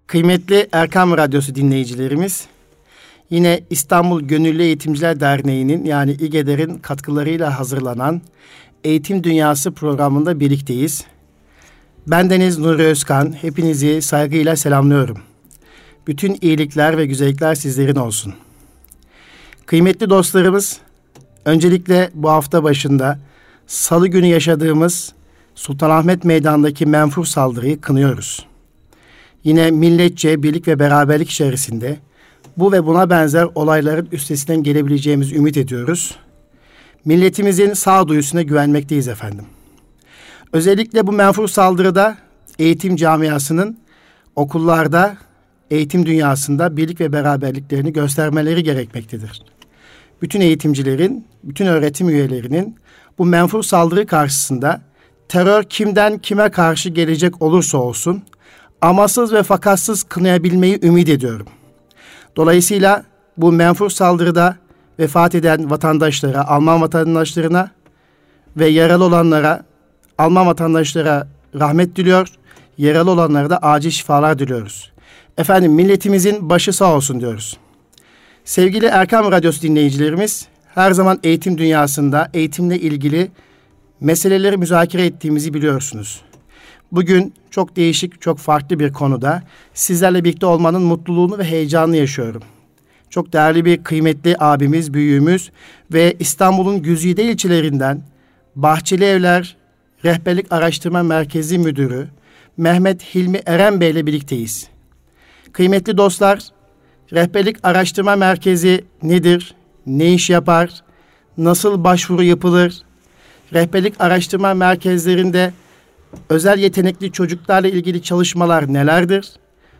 Kıymetli Erkam Radyosu dinleyicilerimiz, yine İstanbul Gönüllü Eğitimciler Derneği'nin yani İGEDER'in katkılarıyla hazırlanan Eğitim Dünyası programında birlikteyiz. Bendeniz Nuri Özkan, hepinizi saygıyla selamlıyorum. Bütün iyilikler ve güzellikler sizlerin olsun. Kıymetli dostlarımız, öncelikle bu hafta başında Salı günü yaşadığımız Sultanahmet Meydanı'ndaki menfur saldırıyı kınıyoruz. Yine milletçe birlik ve beraberlik içerisinde bu ve buna benzer olayların üstesinden gelebileceğimizi ümit ediyoruz. Milletimizin sağduyusuna güvenmekteyiz efendim. Özellikle bu menfur saldırıda eğitim camiasının okullarda, eğitim dünyasında birlik ve beraberliklerini göstermeleri gerekmektedir. Bütün eğitimcilerin, bütün öğretim üyelerinin bu menfur saldırı karşısında terör kimden kime karşı gelecek olursa olsun amasız ve fakatsız kınayabilmeyi ümit ediyorum. Dolayısıyla bu menfur saldırıda vefat eden vatandaşlara, Alman vatandaşlarına ve yaralı olanlara, Alman vatandaşlara rahmet diliyor, yaralı olanlara da acil şifalar diliyoruz. Efendim milletimizin başı sağ olsun diyoruz. Sevgili Erkam Radyosu dinleyicilerimiz, her zaman eğitim dünyasında eğitimle ilgili meseleleri müzakere ettiğimizi biliyorsunuz. Bugün çok değişik, çok farklı bir konuda sizlerle birlikte olmanın mutluluğunu ve heyecanını yaşıyorum. Çok değerli bir kıymetli abimiz, büyüğümüz ve İstanbul'un güzide ilçelerinden Bahçeli Evler Rehberlik Araştırma Merkezi Müdürü Mehmet Hilmi Eren Bey ile birlikteyiz. Kıymetli dostlar, Rehberlik Araştırma Merkezi nedir? Ne iş yapar? Nasıl başvuru yapılır? Rehberlik Araştırma Merkezlerinde özel yetenekli çocuklarla ilgili çalışmalar nelerdir?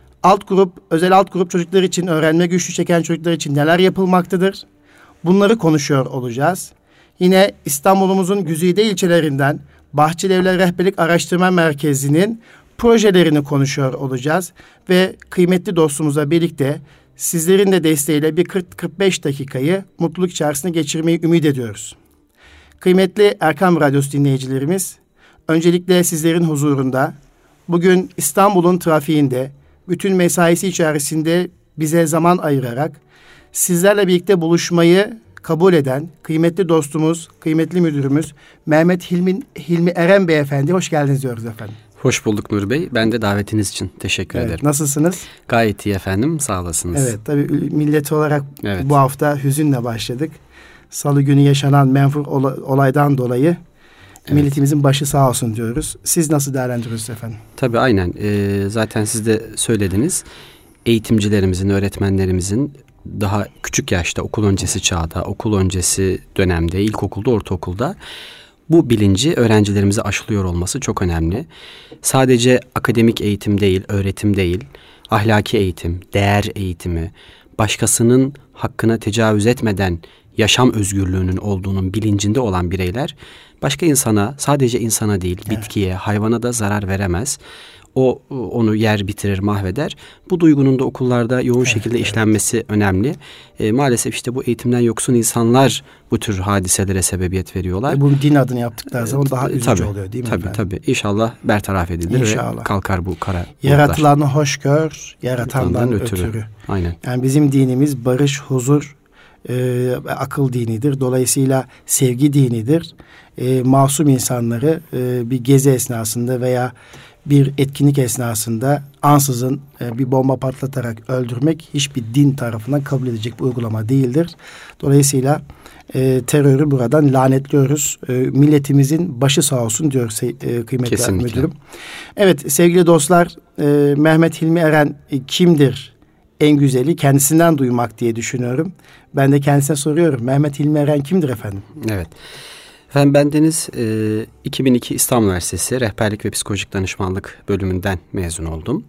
Özel alt grup çocuklar için, öğrenme güçlüğü çeken çocuklar için neler yapılmaktadır? Bunları konuşuyor olacağız. Yine İstanbul'umuzun güzide ilçelerinden Bahçelievler Rehberlik Araştırma Merkezi'nin projelerini konuşuyor olacağız. Ve kıymetli dostumuzla birlikte sizlerin de desteğiyle bir 40-45 dakikayı mutluluk içerisinde geçirmeyi ümit ediyoruz. Kıymetli Erkam Radyosu dinleyicilerimiz, öncelikle sizlerin huzurunda bugün İstanbul'un trafiğinde bütün mesaisi içerisinde bize zaman ayırarak sizlerle birlikte buluşmayı kabul eden kıymetli dostumuz, kıymetli müdürümüz Mehmet Hilmi Eren Beyefendi, hoş geldiniz diyoruz efendim. Hoş bulduk Nur Bey. Ben de davetiniz için teşekkür ederim. Nasılsınız? Gayet iyi efendim. Sağ olasınız. Evet, tabii millet olarak bu hafta hüzünle başladık. Salı günü yaşanan menfur olaydan dolayı milletimizin başı sağ olsun diyoruz. Siz nasıl değerlendiriyorsunuz efendim? Tabii aynen. Zaten siz de söylediniz. Eğitimcilerimizin, öğretmenlerimizin daha küçük yaşta, okul öncesi çağda, okul öncesi dönemde, ilkokulda, ortaokulda bu bilinci öğrencilerimize aşılıyor olması çok önemli. Sadece akademik eğitim değil, öğretim değil, ahlaki eğitim, değer eğitimi, başkasının hakkına tecavüz etmeden yaşam özgürlüğünün olduğunun bilincinde olan bireyler başka insana, sadece insana değil, bitkiye, hayvana da zarar veremez. O onu yer bitirir, mahveder. Bu duygunun da okullarda yoğun şekilde işlenmesi önemli. Maalesef işte bu eğitimden yoksun insanlar bu tür hadiselere sebebiyet veriyorlar. Bunun din adını yaptıkları zaman daha üzücü oluyor değil mi efendim? Tabii. İnşallah bertaraf edilir İnşallah. Ve kalkar bu kara bulutlar. Yaratılanı hoş gör, yaratandan ötürü. Aynen. Yani bizim dinimiz barış, huzur ve akıl dinidir. Dolayısıyla sevgi dinidir. Masum insanları bir gezi esnasında veya bir etkinlik esnasında ansızın bir bomba patlatarak öldürmek hiçbir din tarafından kabul edilecek bir uygulama değildir. Dolayısıyla terörü buradan lanetliyoruz. Milletimizin başı sağ olsun diyoruz kıymetli Kesinlikle. müdürüm. Evet sevgili dostlar, Mehmet Hilmi Eren kimdir? En güzeli kendisinden duymak diye düşünüyorum. Ben de kendisine soruyorum. Mehmet Hilmi Eren kimdir efendim? Evet. Efendim bendeniz 2002 İstanbul Üniversitesi Rehberlik ve Psikolojik Danışmanlık bölümünden mezun oldum.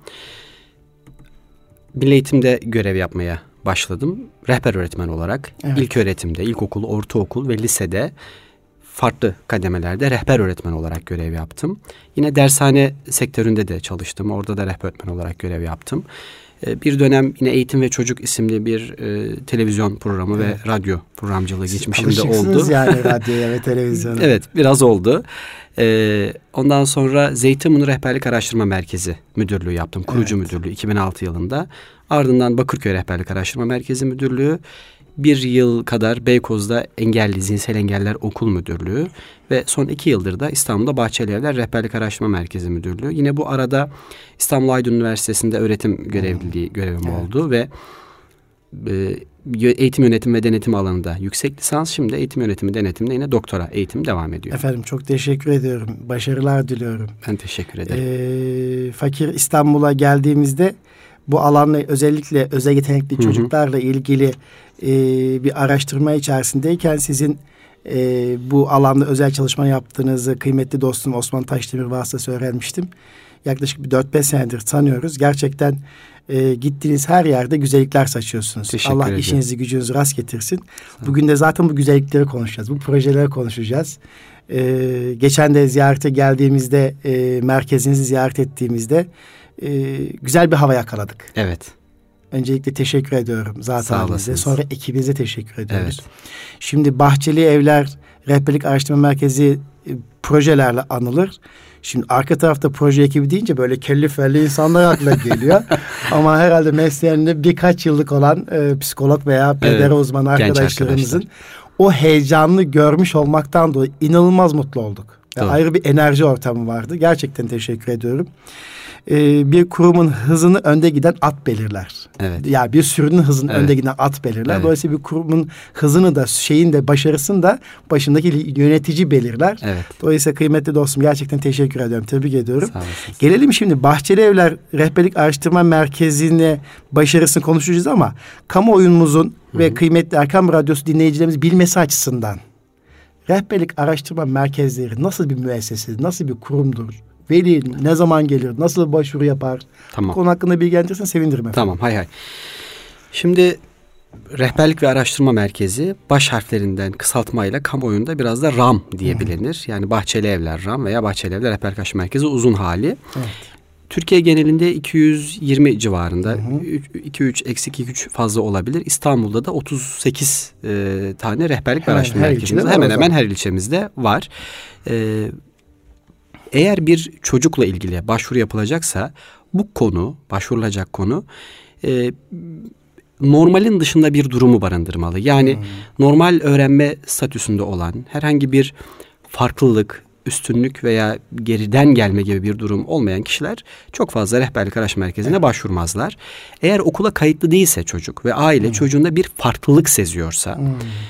Milli Eğitim'de görev yapmaya başladım. Rehber öğretmen olarak ilk öğretimde, ilkokul, ortaokul ve lisede farklı kademelerde rehber öğretmen olarak görev yaptım. Yine dershane sektöründe de çalıştım. Orada da rehber öğretmen olarak görev yaptım. Bir dönem yine Eğitim ve Çocuk isimli bir televizyon programı ve radyo programcılığı geçmişim de oldu. Alışıksınız yani radyoya ve televizyona. Evet, biraz oldu. Ondan sonra Zeytinburnu Rehberlik Araştırma Merkezi müdürlüğü yaptım. Kurucu müdürlüğü 2006 yılında. Ardından Bakırköy Rehberlik Araştırma Merkezi müdürlüğü. Bir yıl kadar Beykoz'da Zihinsel Engeller Okul Müdürlüğü ve son 2 yıldır da İstanbul'da Bahçeli Evler Rehberlik Araştırma Merkezi Müdürlüğü. Yine bu arada İstanbul Aydın Üniversitesi'nde öğretim görevim oldu ve eğitim yönetimi ve denetim alanında yüksek lisans, şimdi eğitim yönetimi denetimde yine doktora eğitim devam ediyor. Efendim çok teşekkür ediyorum. Başarılar diliyorum. Ben teşekkür ederim. Fakir İstanbul'a geldiğimizde bu alanla özellikle özel yetenekli çocuklarla ilgili bir araştırma içerisindeyken sizin bu alanda özel çalışma yaptığınızı kıymetli dostum Osman Taşdemir vasıtasıyla öğrenmiştim. Yaklaşık bir 4-5 senedir tanıyoruz. Gerçekten gittiğiniz her yerde güzellikler saçıyorsunuz. Teşekkür Allah ederim. işinizi gücünüzü rast getirsin. Bugün de zaten bu güzellikleri konuşacağız. Bu projeleri konuşacağız. Geçen de ziyarete geldiğimizde, merkezinizi ziyaret ettiğimizde güzel bir hava yakaladık. Evet. Öncelikle teşekkür ediyorum zaten size. Sonra ekibinize teşekkür ediyoruz. Evet. Şimdi Bahçeli Evler Rehberlik Araştırma Merkezi projelerle anılır. Şimdi arka tarafta proje ekibi deyince böyle kelli felli insanlar aklına geliyor. Ama herhalde mesleğinde birkaç yıllık olan psikolog veya pedagog uzmanı arkadaşlarımızın o heyecanını görmüş olmaktan dolayı inanılmaz mutlu olduk. Ayrı bir enerji ortamı vardı. Gerçekten teşekkür ediyorum. Bir kurumun hızını önde giden at belirler. Evet. Yani bir sürünün hızını önde giden at belirler. Evet. Dolayısıyla bir kurumun hızını da başarısını da başındaki yönetici belirler. Evet. Dolayısıyla kıymetli dostum gerçekten teşekkür ediyorum. Tebrik ediyorum. Sağ olasınız. Gelelim şimdi Bahçeli Evler Rehberlik Araştırma Merkezi'ne başarısını konuşacağız ama kamuoyumuzun ve kıymetli Erkam Radyosu dinleyicilerimiz bilmesi açısından rehberlik araştırma merkezleri nasıl bir müessese, nasıl bir kurumdur? Veli ne zaman gelir, nasıl başvuru yapar? Tamam. Bu konu hakkında bilgi verirsen sevinirim efendim. Tamam, hay. Şimdi Rehberlik ve Araştırma Merkezi baş harflerinden kısaltmayla kamuoyunda biraz da RAM diye bilinir. Yani Bahçeli Evler RAM veya Bahçeli Evler Rehberlik Araştırma Merkezi uzun hali. Evet. Türkiye genelinde 220 civarında, 2-3 fazla olabilir. İstanbul'da da 38 tane rehberlik ve araştırma merkezimiz hemen hemen her ilçemizde var. Eğer bir çocukla ilgili başvuru yapılacaksa bu konu, başvurulacak konu normalin dışında bir durumu barındırmalı. Yani normal öğrenme statüsünde olan herhangi bir farklılık, üstünlük veya geriden gelme gibi bir durum olmayan kişiler çok fazla rehberlik araştırma merkezine başvurmazlar. Eğer okula kayıtlı değilse çocuk ve aile çocuğunda bir farklılık seziyorsa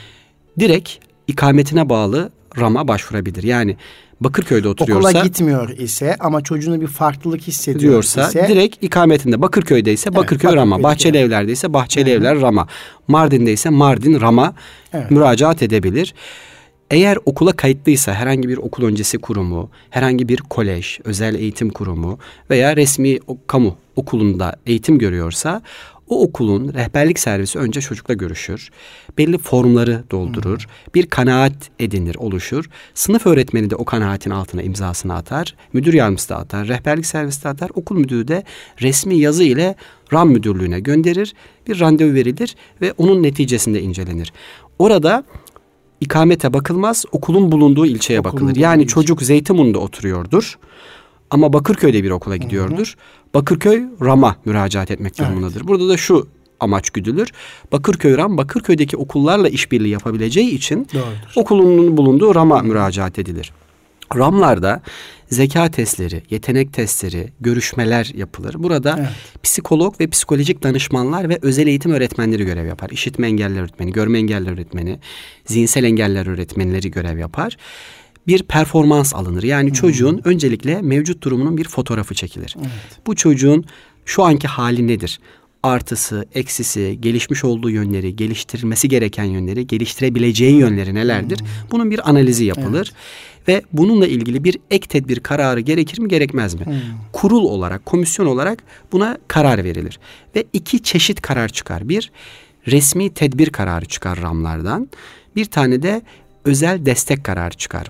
direkt ikametine bağlı RAM'a başvurabilir. Yani Bakırköy'de oturuyorsa, okula gitmiyor ise ama çocuğuna bir farklılık hissediyorsa ise, direkt ikametinde Bakırköy'deyse Bakırköy RAM'a, Bahçeli Evler'deyse Bahçeli Evler RAM'a, Mardin'deyse Mardin RAM'a müracaat edebilir. Eğer okula kayıtlıysa herhangi bir okul öncesi kurumu, herhangi bir kolej, özel eğitim kurumu veya resmi kamu okulunda eğitim görüyorsa o okulun rehberlik servisi önce çocukla görüşür. Belli formları doldurur. Bir kanaat edinir, oluşur. Sınıf öğretmeni de o kanaatin altına imzasını atar. Müdür yardımcısı da atar. Rehberlik servisi de atar. Okul müdürü de resmi yazı ile RAM müdürlüğüne gönderir. Bir randevu verilir ve onun neticesinde incelenir. Orada ikamete bakılmaz, okulun bulunduğu ilçeye bakılır. Yani çocuk Zeytinburnu'nda oturuyordur ama Bakırköy'de bir okula gidiyordur. Bakırköy RAM'a müracaat etmek durumundadır. Burada da şu amaç güdülür. Bakırköy RAM, Bakırköy'deki okullarla işbirliği yapabileceği için okulunun bulunduğu RAM'a müracaat edilir. RAM'larda zeka testleri, yetenek testleri, görüşmeler yapılır. Burada psikolog ve psikolojik danışmanlar ve özel eğitim öğretmenleri görev yapar. İşitme engelliler öğretmeni, görme engelliler öğretmeni, zihinsel engeller öğretmenleri görev yapar. Bir performans alınır. Yani çocuğun öncelikle mevcut durumunun bir fotoğrafı çekilir. Bu çocuğun şu anki hali nedir? Artısı, eksisi, gelişmiş olduğu yönleri, geliştirilmesi gereken yönleri, geliştirebileceği yönleri nelerdir? Bunun bir analizi yapılır. Ve bununla ilgili bir ek tedbir kararı gerekir mi, gerekmez mi? Kurul olarak, komisyon olarak buna karar verilir. Ve 2 çeşit karar çıkar. Bir, resmi tedbir kararı çıkar RAM'lardan. Bir tane de özel destek kararı çıkar.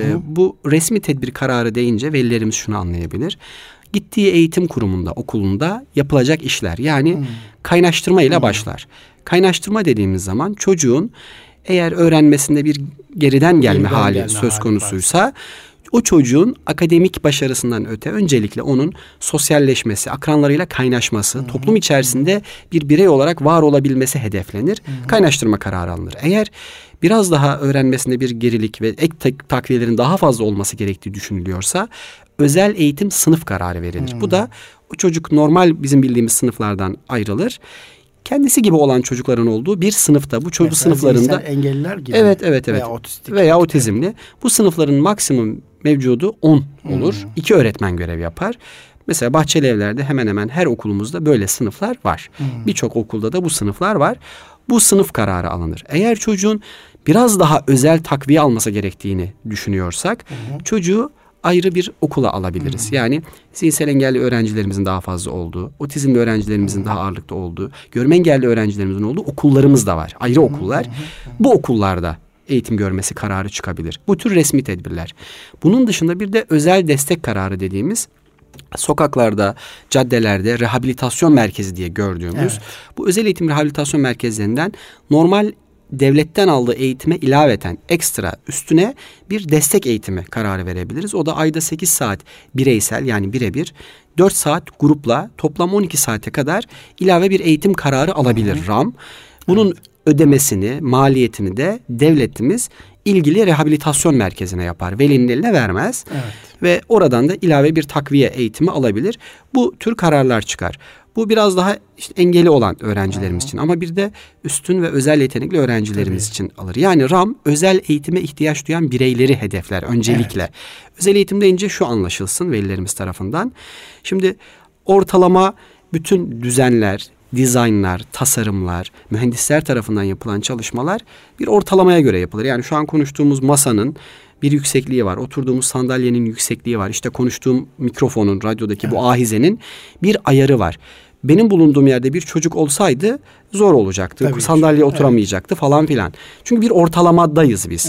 Bu resmi tedbir kararı deyince velilerimiz şunu anlayabilir. Gittiği eğitim kurumunda, okulunda yapılacak işler. Yani kaynaştırma ile başlar. Kaynaştırma dediğimiz zaman çocuğun eğer öğrenmesinde bir geriden gelme hali söz konusuysa o çocuğun akademik başarısından öte öncelikle onun sosyalleşmesi, akranlarıyla kaynaşması, toplum içerisinde bir birey olarak var olabilmesi hedeflenir. Kaynaştırma kararı alınır. Eğer biraz daha öğrenmesinde bir gerilik ve ek takviyelerin daha fazla olması gerektiği düşünülüyorsa özel eğitim sınıf kararı verilir. Bu da o çocuk normal bizim bildiğimiz sınıflardan ayrılır. Kendisi gibi olan çocukların olduğu bir sınıfta, bu çocuk sınıflarında engelliler gibi evet veya otizmli bu sınıfların maksimum mevcudu 10 olur. 2 öğretmen görev yapar. Mesela Bahçeli Evler'de hemen hemen her okulumuzda böyle sınıflar var. Birçok okulda da bu sınıflar var. Bu sınıf kararı alınır. Eğer çocuğun biraz daha özel takviye alması gerektiğini düşünüyorsak çocuğu ayrı bir okula alabiliriz. Yani zihinsel engelli öğrencilerimizin daha fazla olduğu, otizmli öğrencilerimizin daha ağırlıkta olduğu, görme engelli öğrencilerimizin olduğu okullarımız da var. Ayrı okullar. Bu okullarda eğitim görmesi kararı çıkabilir. Bu tür resmi tedbirler. Bunun dışında bir de özel destek kararı dediğimiz sokaklarda, caddelerde rehabilitasyon merkezi diye gördüğümüz bu özel eğitim rehabilitasyon merkezlerinden normal devletten aldığı eğitime ilaveten ekstra üstüne bir destek eğitimi kararı verebiliriz. O da ayda 8 saat bireysel yani birebir 4 saat grupla toplam 12 saate kadar ilave bir eğitim kararı alabilir RAM. Bunun ödemesini, maliyetini de devletimiz ilgili rehabilitasyon merkezine yapar. Velinin eline vermez. Ve oradan da ilave bir takviye eğitimi alabilir. Bu tür kararlar çıkar. Bu biraz daha işte engeli olan öğrencilerimiz için ama bir de üstün ve özel yetenekli öğrencilerimiz için alır. Yani RAM özel eğitime ihtiyaç duyan bireyleri hedefler öncelikle. Özel eğitim deyince şu anlaşılsın velilerimiz tarafından. Şimdi ortalama bütün düzenler, dizaynlar, tasarımlar, mühendisler tarafından yapılan çalışmalar bir ortalamaya göre yapılır. Yani şu an konuştuğumuz masanın bir yüksekliği var. Oturduğumuz sandalyenin yüksekliği var. İşte konuştuğum mikrofonun, radyodaki bu ahizenin bir ayarı var. Benim bulunduğum yerde bir çocuk olsaydı zor olacaktı. Tabii sandalyeye oturamayacaktı falan filan. Çünkü bir ortalamadayız biz.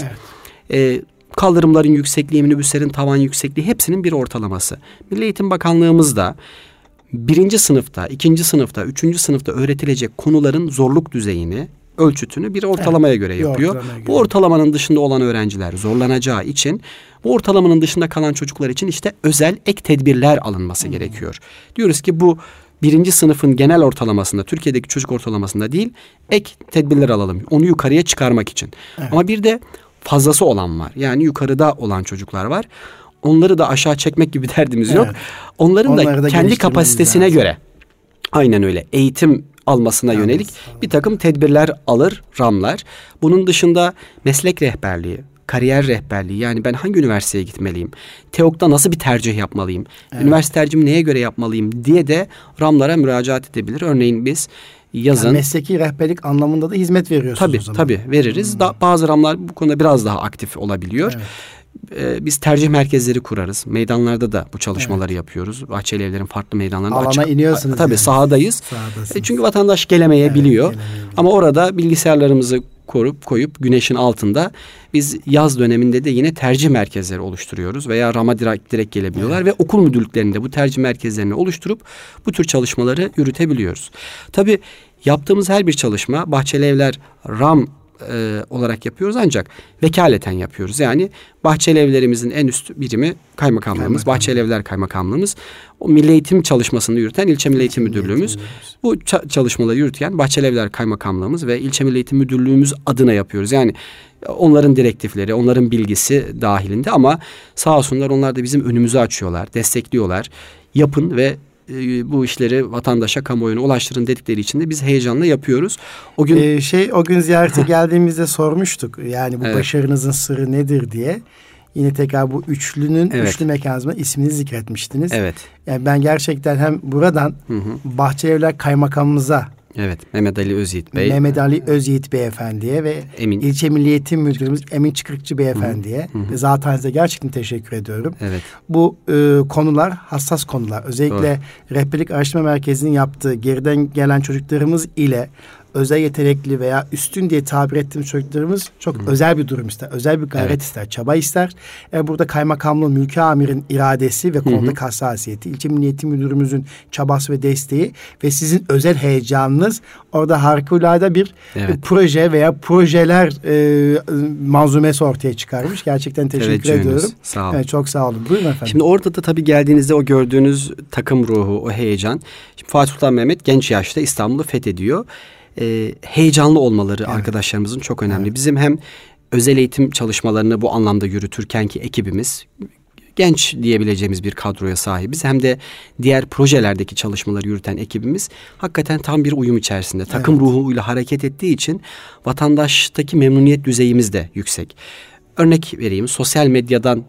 Kaldırımların yüksekliği, minibüslerin tavan yüksekliği hepsinin bir ortalaması. Milli Eğitim Bakanlığımız da 1. sınıfta, 2. sınıfta, 3. sınıfta öğretilecek konuların zorluk düzeyini, ölçütünü bir ortalamaya göre yapıyor. Bu ortalamanın dışında olan öğrenciler zorlanacağı için bu ortalamanın dışında kalan çocuklar için işte özel ek tedbirler alınması gerekiyor. Diyoruz ki bu 1. sınıfın genel ortalamasında, Türkiye'deki çocuk ortalamasında değil, ek tedbirler alalım. Onu yukarıya çıkarmak için. Ama bir de fazlası olan var. Yani yukarıda olan çocuklar var. Onları da aşağı çekmek gibi derdimiz yok. Onların da kendi kapasitesine göre aynen öyle eğitim almasına yönelik bir takım tedbirler alır RAM'lar. Bunun dışında meslek rehberliği, kariyer rehberliği yani ben hangi üniversiteye gitmeliyim? TEOG'da nasıl bir tercih yapmalıyım? Üniversite tercihimi neye göre yapmalıyım diye de RAM'lara müracaat edebilir. Örneğin biz yazın. Yani mesleki rehberlik anlamında da hizmet veriyorsunuz o zaman. Tabii veririz. Bazı RAM'lar bu konuda biraz daha aktif olabiliyor. Biz tercih merkezleri kurarız. Meydanlarda da bu çalışmaları yapıyoruz. Bahçeli Evler'in farklı meydanlarında alana iniyorsunuz. Tabii yani. Sahadayız. Çünkü vatandaş gelemeyebiliyor. Ama orada bilgisayarlarımızı koyup güneşin altında biz yaz döneminde de yine tercih merkezleri oluşturuyoruz veya RAM'a direkt gelebiliyorlar ve okul müdürlüklerinde bu tercih merkezlerini oluşturup bu tür çalışmaları yürütebiliyoruz. Tabii yaptığımız her bir çalışma Bahçeli Evler RAM olarak yapıyoruz ancak vekaleten yapıyoruz. Yani Bahçeli Evlerimizin en üst birimi kaymakamlığımız, Bahçeli Evler Kaymakamlığımız, o milli eğitim çalışmasını yürüten İlçe Milli Eğitim Müdürlüğümüz, bu çalışmaları yürüten Bahçeli Evler Kaymakamlığımız ve İlçe Milli Eğitim Müdürlüğümüz adına yapıyoruz. Yani onların direktifleri, onların bilgisi dahilinde ama sağ olsunlar onlar da bizim önümüzü açıyorlar, destekliyorlar. Yapın ve bu işleri vatandaşa, kamuoyuna ulaştırın dedikleri için de biz heyecanla yapıyoruz. O gün o gün ziyarete geldiğimizde sormuştuk. Yani bu başarınızın sırrı nedir diye. Yine tekrar bu üçlünün üçlü mekanizma ismini zikretmiştiniz. Yani ben gerçekten hem buradan Bahçeli Evler Kaymakamımıza Mehmet Ali Özyiğit Bey. Mehmet Ali Özyiğit Beyefendiye ve İlçe Milli Eğitim Müdürümüz Emin Çıkırıkçı Beyefendiye ve zaten size gerçekten teşekkür ediyorum. Bu konular hassas konular. Özellikle Rehberlik Araştırma Merkezi'nin yaptığı geriden gelen çocuklarımız ile özel yetenekli veya üstün diye tabir ettiğimiz çocuklarımız çok özel bir durum ister. Özel bir gayret ister, çaba ister. Burada kaymakamlığın, mülki amirin iradesi ve kontak hassasiyeti, ilçe Milli Eğitim Müdürümüzün çabası ve desteği ve sizin özel heyecanınız orada harikulade bir proje veya projeler manzumesi ortaya çıkarmış. Gerçekten teşekkür ediyorum. Sağ olun. Evet, çok sağ olun. Buyurun efendim. Şimdi orada da tabii geldiğinizde o gördüğünüz takım ruhu, o heyecan. Şimdi Fatih Sultan Mehmet genç yaşta İstanbul'u fethediyor. Heyecanlı olmaları arkadaşlarımızın çok önemli. Bizim hem özel eğitim çalışmalarını bu anlamda yürütürkenki ekibimiz, genç diyebileceğimiz bir kadroya sahibiz. Hem de diğer projelerdeki çalışmaları yürüten ekibimiz hakikaten tam bir uyum içerisinde. Takım ruhuyla hareket ettiği için vatandaştaki memnuniyet düzeyimiz de yüksek. Örnek vereyim, sosyal medyadan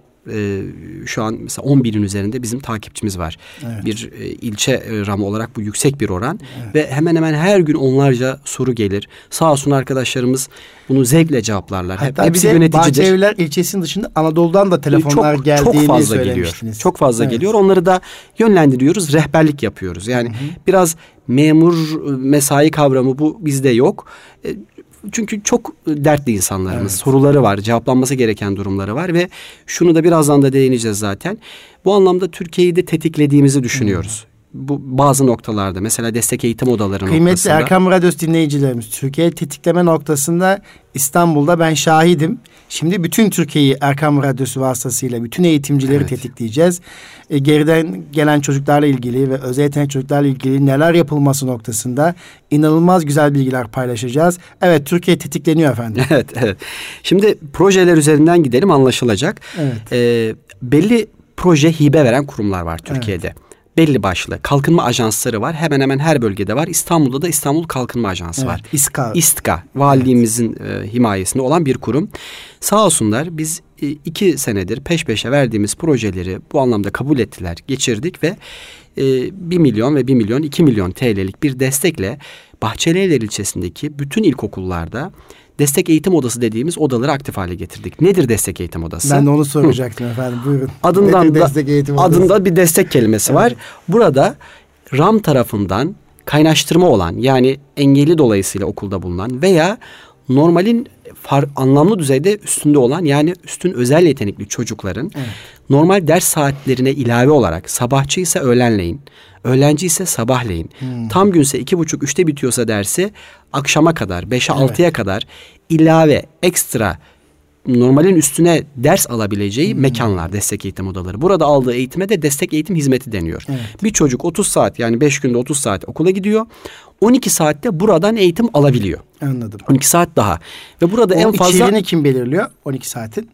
şu an mesela 10 binin üzerinde bizim takipçimiz var. Bir ilçe ramı olarak bu yüksek bir oran. Ve hemen hemen her gün onlarca soru gelir. Sağ olsun arkadaşlarımız bunu zevkle cevaplarlar. Hatta hepsi bir de yöneticidir. Bahçelievler ilçesinin dışında Anadolu'dan da telefonlar geldiğini çok fazla söylemiştiniz. geliyor. Çok fazla geliyor. Onları da yönlendiriyoruz, rehberlik yapıyoruz. Yani biraz memur mesai kavramı bu bizde yok. Çünkü çok dertli insanlarımız, soruları var, cevaplanması gereken durumları var ve şunu da birazdan da değineceğiz zaten. Bu anlamda Türkiye'yi de tetiklediğimizi düşünüyoruz. Bu bazı noktalarda, mesela destek eğitim odaları Kıymetli noktasında. Erkam Radyosu dinleyicilerimiz, Türkiye'yi tetikleme noktasında İstanbul'da ben şahidim. Şimdi bütün Türkiye'yi Erkam Radyosu vasıtasıyla bütün eğitimcileri tetikleyeceğiz. Geriden gelen çocuklarla ilgili ve özel yetenek çocuklarla ilgili neler yapılması noktasında inanılmaz güzel bilgiler paylaşacağız. Evet, Türkiye tetikleniyor efendim. Evet. Şimdi projeler üzerinden gidelim, anlaşılacak. Belli proje hibe veren kurumlar var Türkiye'de. Belli başlı kalkınma ajansları var. Hemen hemen her bölgede var. İstanbul'da da İstanbul Kalkınma Ajansı var. İSKA. Valiliğimizin himayesinde olan bir kurum. Sağ olsunlar, biz 2 senedir peş peşe verdiğimiz projeleri bu anlamda kabul ettiler, geçirdik ve 1 milyon ve 1 milyon 2 milyon TL'lik bir destekle Bahçelievler ilçesindeki bütün ilkokullarda destek eğitim odası dediğimiz odaları aktif hale getirdik. Nedir destek eğitim odası? Ben de onu soracaktım efendim. Buyurun. Adında bir destek kelimesi var. Burada RAM tarafından kaynaştırma olan, yani engelli dolayısıyla okulda bulunan veya normalin anlamlı düzeyde üstünde olan, yani üstün özel yetenekli çocukların normal ders saatlerine ilave olarak sabahçı ise öğlenleyin, öğlenci ise sabahleyin, tam günse 2.30-3'te bitiyorsa dersi akşama kadar 5'e 6'ya kadar ilave ekstra normalin üstüne ders alabileceği mekanlar, destek eğitim odaları. Burada aldığı eğitime de destek eğitim hizmeti deniyor. Bir çocuk 30 saat, yani 5 günde 30 saat okula gidiyor. 12 saatte buradan eğitim alabiliyor. Anladım. 12 saat daha. Ve burada en fazla... içeriğini kim belirliyor 12 saatin?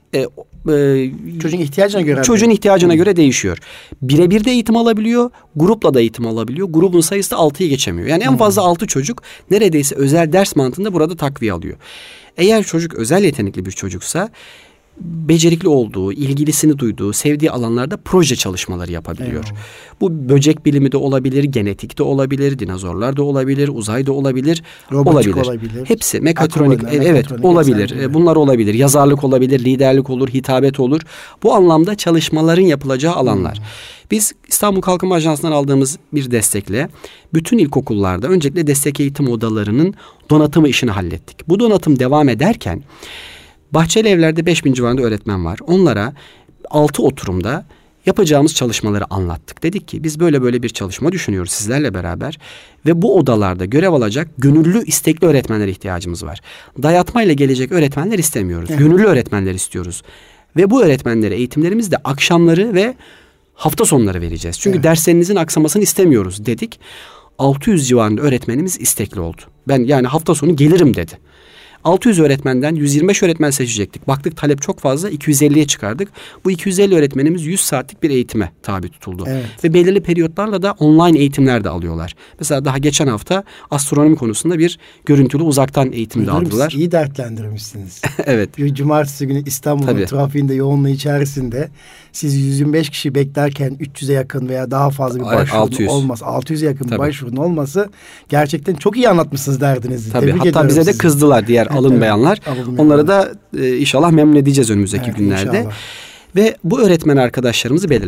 Çocuğun ihtiyacına göre. Çocuğun ihtiyacına göre değişiyor. Birebir de eğitim alabiliyor, grupla da eğitim alabiliyor. Grubun sayısı da 6'yı geçemiyor. Yani en fazla 6 çocuk neredeyse özel ders mantığında burada takviye alıyor. Eğer çocuk özel yetenekli bir çocuksa becerikli olduğu, ilgilisini duyduğu, sevdiği alanlarda proje çalışmaları yapabiliyor. Bu böcek bilimi de olabilir, genetik de olabilir, dinozorlar da olabilir, uzay da olabilir. Robotik olabilir. Hepsi, mekatronik, olabilir. Bunlar olabilir. Yazarlık olabilir, liderlik olur, hitabet olur. Bu anlamda çalışmaların yapılacağı alanlar. Biz İstanbul Kalkınma Ajansı'ndan aldığımız bir destekle bütün ilkokullarda öncelikle destek eğitim odalarının donatımı işini hallettik. Bu donatım devam ederken Bahçelievler'de 5000 civarında öğretmen var. Onlara 6 oturumda yapacağımız çalışmaları anlattık. Dedik ki biz böyle bir çalışma düşünüyoruz sizlerle beraber ve bu odalarda görev alacak gönüllü, istekli öğretmenlere ihtiyacımız var. Dayatmayla gelecek öğretmenler istemiyoruz. Gönüllü öğretmenler istiyoruz. Ve bu öğretmenlere eğitimlerimizde akşamları ve hafta sonları vereceğiz. Çünkü derslerinizin aksamasını istemiyoruz dedik. 600 civarında öğretmenimiz istekli oldu. Ben yani hafta sonu gelirim dedi. 600 öğretmenden 125 öğretmen seçecektik. Baktık talep çok fazla, 250'ye çıkardık. Bu 250 öğretmenimiz 100 saatlik bir eğitime tabi tutuldu. Ve belirli periyotlarla da online eğitimler de alıyorlar. Mesela daha geçen hafta astronomi konusunda bir görüntülü uzaktan eğitim de aldılar. İyi dertlendirmişsiniz. Evet. Cumartesi günü İstanbul'un trafiğinde, yoğunluğu içerisinde siz 125 kişi beklerken 300'e yakın veya daha fazla bir başvurun olması, 600'e yakın bir başvurun olması gerçekten çok iyi anlatmışsınız derdinizi. Tabii. Hatta bize de kızdılar diğer alınmayanlar. Onları da inşallah memnun edeceğiz önümüzdeki günlerde. İnşallah. Ve bu öğretmen arkadaşlarımızı belirledik.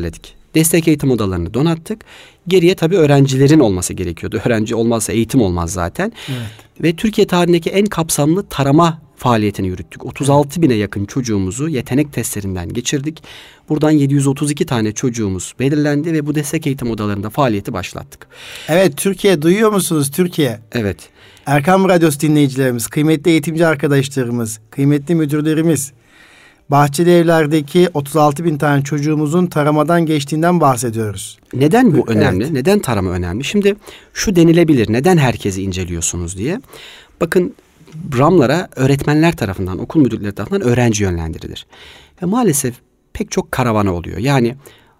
Destek eğitim odalarını donattık. Geriye tabii öğrencilerin olması gerekiyordu. Öğrenci olmazsa eğitim olmaz zaten. Evet. Ve Türkiye tarihindeki en kapsamlı tarama faaliyetini yürüttük. 36 bine yakın çocuğumuzu yetenek testlerinden geçirdik. Buradan 732 tane çocuğumuz belirlendi ve bu destek eğitim odalarında faaliyeti başlattık. Evet, Türkiye, duyuyor musunuz Türkiye? Evet. Erkam Radyosu dinleyicilerimiz, kıymetli eğitimci arkadaşlarımız, kıymetli müdürlerimiz, Bahçeli Evler'deki 36 bin tane çocuğumuzun taramadan geçtiğinden bahsediyoruz. Neden bu önemli? Evet. Neden tarama önemli? Şimdi şu denilebilir. Neden herkesi inceliyorsunuz diye. Bakın, RAM'lara öğretmenler tarafından, okul müdürleri tarafından öğrenci yönlendirilir. Ve maalesef pek çok karavana oluyor. Yani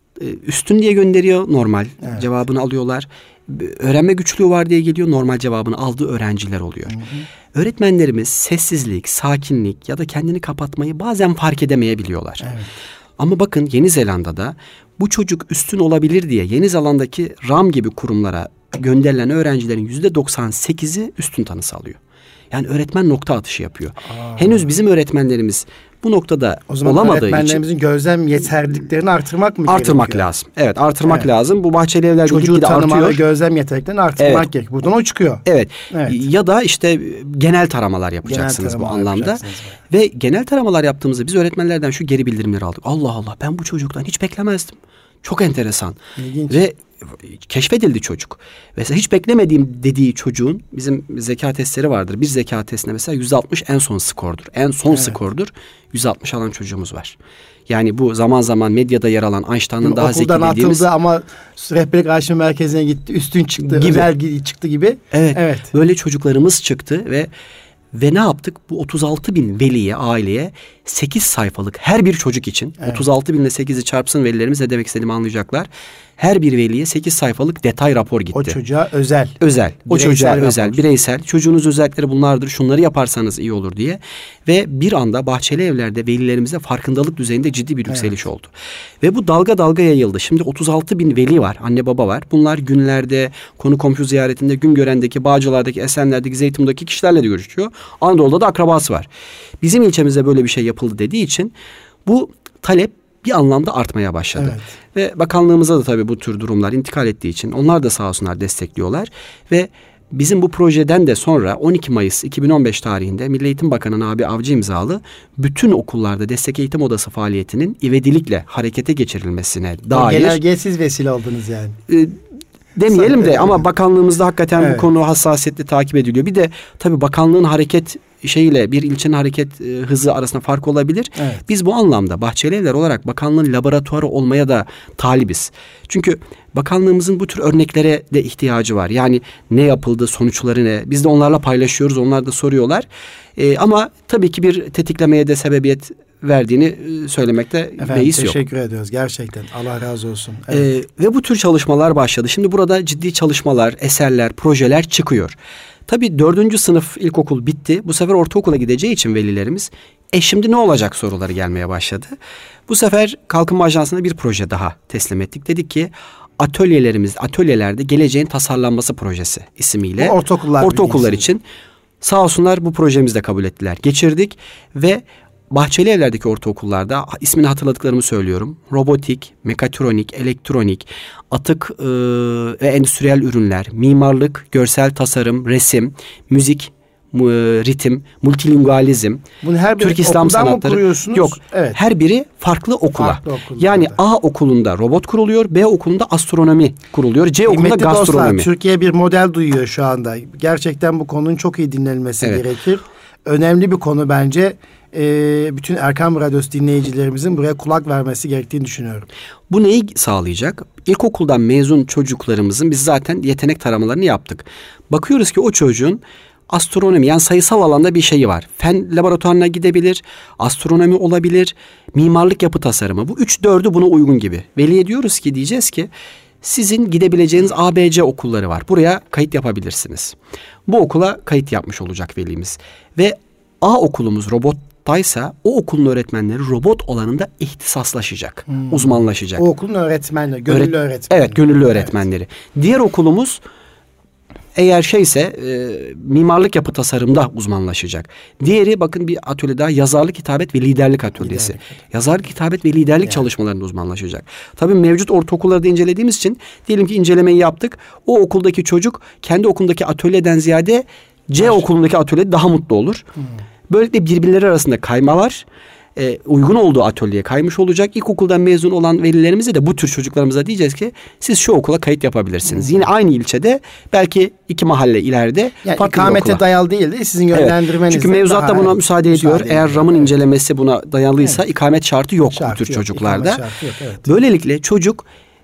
üstün diye gönderiyor, normal cevabını alıyorlar. Öğrenme güçlüğü var diye geliyor, normal cevabını aldığı öğrenciler oluyor. Öğretmenlerimiz sessizlik, sakinlik ya da kendini kapatmayı bazen fark edemeyebiliyorlar. Evet. Ama bakın, Yeni Zelanda'da bu çocuk üstün olabilir diye Yeni Zelanda'daki RAM gibi kurumlara gönderilen öğrencilerin %98'i üstün tanısı alıyor. Yani öğretmen nokta atışı yapıyor. Henüz bizim öğretmenlerimiz bu noktada o zaman olamadığı öğretmenlerimizin için gözlem yeterliliklerini artırmak mı gerekiyor? Artırmak lazım. Evet, artırmak lazım. Bu Bahçeli Evler'de çocuğu gitgide tanıma artıyor. ve gözlem yeteneklerini artırmak gerekiyor. Buradan o çıkıyor. Evet. Evet. Ya da işte genel taramalar yapacaksınız Genel bu taramalar anlamda. yapacaksınız. Ve genel taramalar yaptığımızda biz öğretmenlerden şu geri bildirimleri aldık. Allah Allah, ben bu çocuktan hiç beklemezdim. Çok enteresan. İlginç. Ve keşfedildi çocuk. Mesela hiç beklemediğim dediği çocuğun, bizim zeka testleri vardır. Bir zeka testine mesela %60 en son skordur. En son skordur. %60 alan çocuğumuz var. Yani bu zaman zaman medyada yer alan Einstein'ın daha zeki okuldan dediğimiz... atıldı ama rehberlik araştırma merkezine gitti, üstün çıktı, gibi. özel çıktı gibi. Evet. Böyle çocuklarımız çıktı ve ne yaptık? Bu 36 bin veliye, aileye 8 sayfalık her bir çocuk için, 36 bin ile 8'i çarpsın velilerimiz, ne demek istediğimi anlayacaklar. Her bir veliye 8 sayfalık detay rapor gitti. O çocuğa özel. Özel. O çocuğa özel, rapor. bireysel. Çocuğunuz özellikleri bunlardır. Şunları yaparsanız iyi olur diye. Ve bir anda Bahçeli Evler'de velilerimize farkındalık düzeyinde ciddi bir yükseliş oldu. Ve bu dalga dalga yayıldı. Şimdi 36 bin veli var, anne baba var. Bunlar günlerde, konu komşu ziyaretinde, Güngören'deki, Bağcılar'daki, Esenler'deki, Zeytinburnu'daki kişilerle de görüşüyor. Anadolu'da da akrabası var. Bizim ilçemizde böyle bir şey yapıldı dediği için bu talep bir anlamda artmaya başladı. Evet. Ve bakanlığımıza da tabii bu tür durumlar intikal ettiği için onlar da sağ olsunlar destekliyorlar. Ve bizim bu projeden de sonra 12 Mayıs 2015 tarihinde Milli Eğitim Bakanı Nabi Avcı imzalı bütün okullarda destek eğitim odası faaliyetinin ivedilikle harekete geçirilmesine dair... Genelgeye siz vesile oldunuz yani. Demeyelim de ama bakanlığımızda hakikaten bu konu hassasiyetle takip ediliyor. Bir de tabii bakanlığın hareket şeyiyle bir ilçenin hareket hızı arasında fark olabilir. Evet. Biz bu anlamda Bahçeli Evler olarak bakanlığın laboratuvarı olmaya da talibiz. Çünkü bakanlığımızın bu tür örneklere de ihtiyacı var. Yani ne yapıldı, sonuçları ne? Biz de onlarla paylaşıyoruz, onlar da soruyorlar. Ama tabii ki bir tetiklemeye de sebebiyet verdiğini söylemekte beis yok. Teşekkür ediyoruz gerçekten. Allah razı olsun. Evet. Ve bu tür çalışmalar başladı. Şimdi burada ciddi çalışmalar, eserler, projeler çıkıyor. Tabii 4. sınıf ilkokul bitti. Bu sefer ortaokula gideceği için velilerimiz şimdi ne olacak soruları gelmeye başladı. Bu sefer Kalkınma Ajansı'na bir proje daha teslim ettik. Dedik ki atölyelerde geleceğin tasarlanması projesi ismiyle ortaokullar için sağ olsunlar bu projemizi de kabul ettiler. Geçirdik ve Bahçeli Evler'deki ortaokullarda ismini hatırladıklarımı söylüyorum. Robotik, mekatronik, elektronik, atık ve endüstriyel ürünler, mimarlık, görsel tasarım, resim, müzik, ritim, multilingüalizm, bunu her Türk İslam sanatları. Mı kuruyorsunuz? Yok. Evet. Her biri farklı okula. Farklı okullarda. Yani A okulunda robot kuruluyor, B okulunda astronomi kuruluyor, C okulunda gastronomi. Dostlar, Türkiye bir model duyuyor şu anda. Gerçekten bu konunun çok iyi dinlenmesi gerekir. Önemli bir konu bence. Bütün Erkam Radyosu dinleyicilerimizin buraya kulak vermesi gerektiğini düşünüyorum. Bu neyi sağlayacak? İlkokuldan mezun çocuklarımızın biz zaten yetenek taramalarını yaptık. Bakıyoruz ki o çocuğun astronomi, yani sayısal alanda bir şeyi var. Fen laboratuvarına gidebilir, astronomi olabilir, mimarlık, yapı tasarımı. Bu 3-4'ü buna uygun gibi. Veliye diyoruz ki, diyeceğiz ki sizin gidebileceğiniz ABC okulları var. Buraya kayıt yapabilirsiniz. Bu okula kayıt yapmış olacak velimiz. Ve A okulumuz robottaysa o okulun öğretmenleri robot olanında ihtisaslaşacak, uzmanlaşacak. O okulun öğretmenleri, gönüllü öğretmenleri. Evet, gönüllü öğretmenleri. Diğer okulumuz eğer mimarlık yapı tasarımda uzmanlaşacak. Diğeri bakın bir atölye daha, yazarlık, hitabet ve liderlik atölyesi. Yazarlık, hitabet ve liderlik çalışmalarında uzmanlaşacak. Tabii mevcut ortaokulları da incelediğimiz için diyelim ki incelemeyi yaptık. O okuldaki çocuk kendi okulundaki atölyeden ziyade C okulundaki atölyede daha mutlu olur. Böylelikle birbirleri arasında kayma var. Uygun olduğu atölyeye kaymış olacak. İlkokuldan mezun olan velilerimize de bu tür çocuklarımıza diyeceğiz ki siz şu okula kayıt yapabilirsiniz. Yine aynı ilçede, belki 2 mahalle ileride yani farklı ikamete dayalı değil de sizin yönlendirmeniz. Çünkü mevzuat da buna müsaade ediyor. Eğer RAM'ın incelemesi buna dayalıysa ikamet şartı yok bu tür çocuklarda. Böylelikle çocuk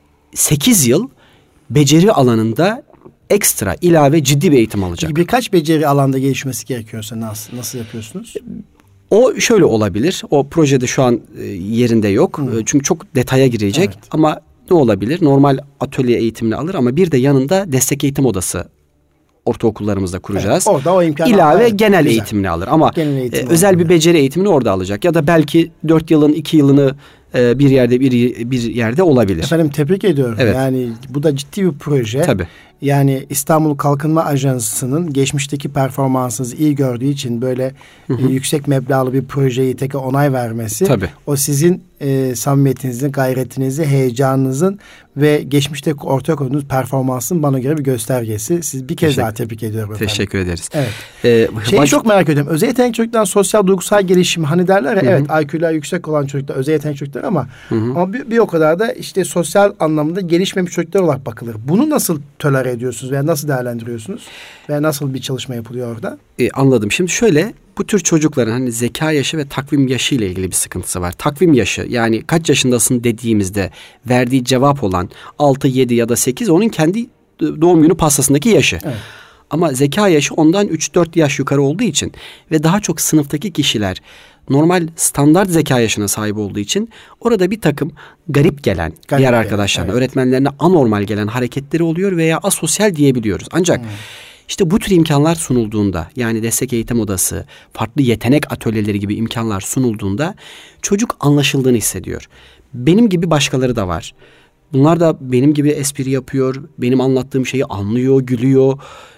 8 yıl beceri alanında ekstra, ilave, ciddi bir eğitim alacak. Birkaç beceri alanda gelişmesi gerekiyorsa nasıl yapıyorsunuz? O şöyle olabilir. O projede şu an yerinde yok. Çünkü çok detaya girecek. Evet. Ama ne olabilir? Normal atölye eğitimini alır ama bir de yanında destek eğitim odası ortaokullarımızda kuracağız. Evet, orada o imkanı İlave genel eğitimini alır. Ama özel bir beceri eğitimini orada alacak. Ya da belki 4 yılın 2 yılını bir yerde olabilir. Efendim tebrik ediyorum. Evet. Yani bu da ciddi bir proje. Tabii. Yani İstanbul Kalkınma Ajansı'nın geçmişteki performansınızı iyi gördüğü için böyle yüksek meblağlı bir projeyi tekrar onay vermesi, tabii, o sizin samimiyetinizin, gayretinizin, heyecanınızın ve geçmişte ortaya koyduğunuz performansın bana göre bir göstergesi. Siz bir kez daha tebrik ediyorum efendim. Teşekkür ederiz. Evet. Şeyi çok merak ediyorum. Özel yetenek çocukların sosyal duygusal gelişimi, hani derler ya, evet IQ'lar yüksek olan çocuklar özel yetenek çocuklar ama bir o kadar da işte sosyal anlamda gelişmemiş çocuklar olarak bakılır. Bunu nasıl tolere ediyorsunuz veya nasıl değerlendiriyorsunuz? Veya nasıl bir çalışma yapılıyor orada? Anladım. Şimdi şöyle, bu tür çocukların hani zeka yaşı ve takvim yaşı ile ilgili bir sıkıntısı var. Takvim yaşı, yani kaç yaşındasın dediğimizde verdiği cevap olan 6, 7 ya da 8 onun kendi doğum günü pastasındaki yaşı. Evet. Ama zeka yaşı ondan 3-4 yaş yukarı olduğu için ve daha çok sınıftaki kişiler normal standart zeka yaşına sahip olduğu için orada bir takım garip gelen diğer arkadaşlarına, öğretmenlerine anormal gelen hareketleri oluyor veya asosyal diyebiliyoruz. Ancak işte bu tür imkanlar sunulduğunda, yani destek eğitim odası, farklı yetenek atölyeleri gibi imkanlar sunulduğunda çocuk anlaşıldığını hissediyor. Benim gibi başkaları da var. Bunlar da benim gibi espri yapıyor, benim anlattığım şeyi anlıyor, gülüyor.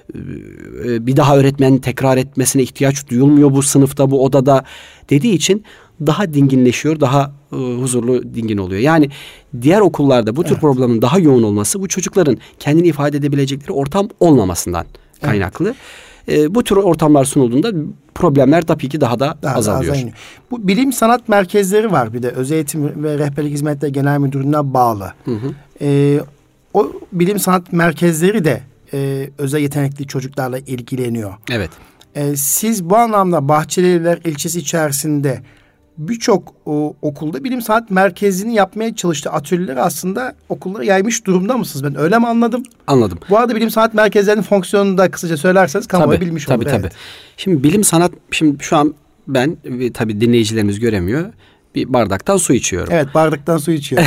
Bir daha öğretmenin tekrar etmesine ihtiyaç duyulmuyor bu sınıfta, bu odada dediği için daha dinginleşiyor, daha huzurlu, dingin oluyor. Yani diğer okullarda bu tür problemin daha yoğun olması, bu çocukların kendini ifade edebilecekleri ortam olmamasından kaynaklı. Bu tür ortamlar sunulduğunda problemler tabii ki daha da azalıyor. Bu bilim sanat merkezleri var bir de, özel eğitim ve rehberlik hizmetleri genel müdürlüğüne bağlı. O bilim sanat merkezleri de özel yetenekli çocuklarla ilgileniyor. Evet. Siz bu anlamda Bahçelievler ilçesi içerisinde birçok okulda bilim sanat merkezini yapmaya çalıştı. Atölyeleri aslında okullara yaymış durumda mısınız? Ben öyle mi anladım? Anladım. Bu arada bilim sanat merkezlerinin fonksiyonunu da kısaca söylerseniz kamuoyu bilmiş olur. Tabii. Şimdi bilim sanat, şimdi şu an ben tabii dinleyicilerimiz göremiyor. Bir bardaktan su içiyorum. Evet, bardaktan su içiyor.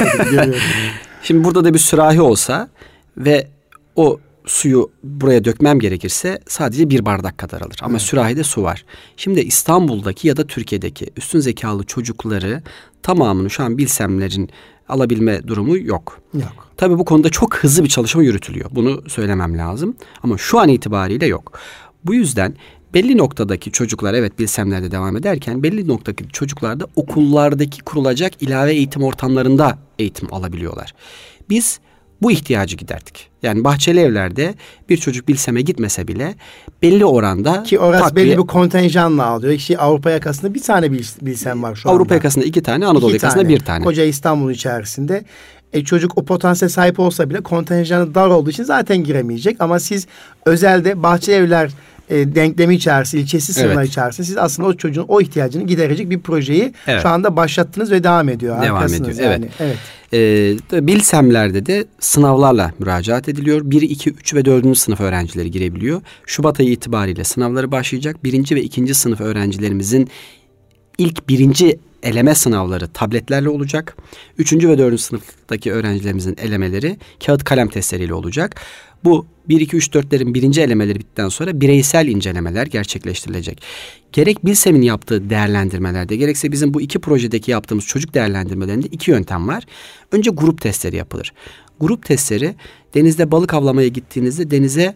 Şimdi burada da bir sürahi olsa ve o suyu buraya dökmem gerekirse sadece bir bardak kadar alır. Ama sürahide su var. Şimdi İstanbul'daki ya da Türkiye'deki üstün zekalı çocukları tamamını şu an bilsemlerin alabilme durumu yok. Tabii bu konuda çok hızlı bir çalışma yürütülüyor. Bunu söylemem lazım. Ama şu an itibariyle yok. Bu yüzden belli noktadaki çocuklar, evet bilsemlerde devam ederken, belli noktadaki çocuklar da okullardaki kurulacak ilave eğitim ortamlarında eğitim alabiliyorlar. Biz bu ihtiyacı giderdik. Yani Bahçelievler'de bir çocuk bilseme gitmese bile belli oranda, ki orası belli bir kontenjanla alıyor. İşte Avrupa yakasında bir tane bilsem var şu anda. Avrupa yakasında 2 tane, Anadolu yakasında 1 tane. Koca İstanbul içerisinde. Çocuk o potansiyel sahip olsa bile kontenjanı dar olduğu için zaten giremeyecek. Ama siz özelde Bahçelievler denklemi içerisinde, ilçesi sınırları içerisinde siz aslında o çocuğun o ihtiyacını giderecek bir projeyi şu anda başlattınız ve devam ediyor. Devam ediyor. Yani. Evet. Bilsemlerde de sınavlarla müracaat ediliyor. 1, 2, 3 ve 4. sınıf öğrencileri girebiliyor. Şubat ayı itibariyle sınavları başlayacak. 1. ve 2. sınıf öğrencilerimizin ilk 1. eleme sınavları tabletlerle olacak. 3. ve 4. sınıftaki öğrencilerimizin elemeleri kağıt kalem testleriyle olacak. Bu 1, 2, 3, 4'lerin 1. elemeleri bittikten sonra bireysel incelemeler gerçekleştirilecek. Gerek Bilsem'in yaptığı değerlendirmelerde, gerekse bizim bu 2 projedeki yaptığımız çocuk değerlendirmelerinde 2 yöntem var. Önce grup testleri yapılır. Grup testleri, denizde balık avlamaya gittiğinizde denize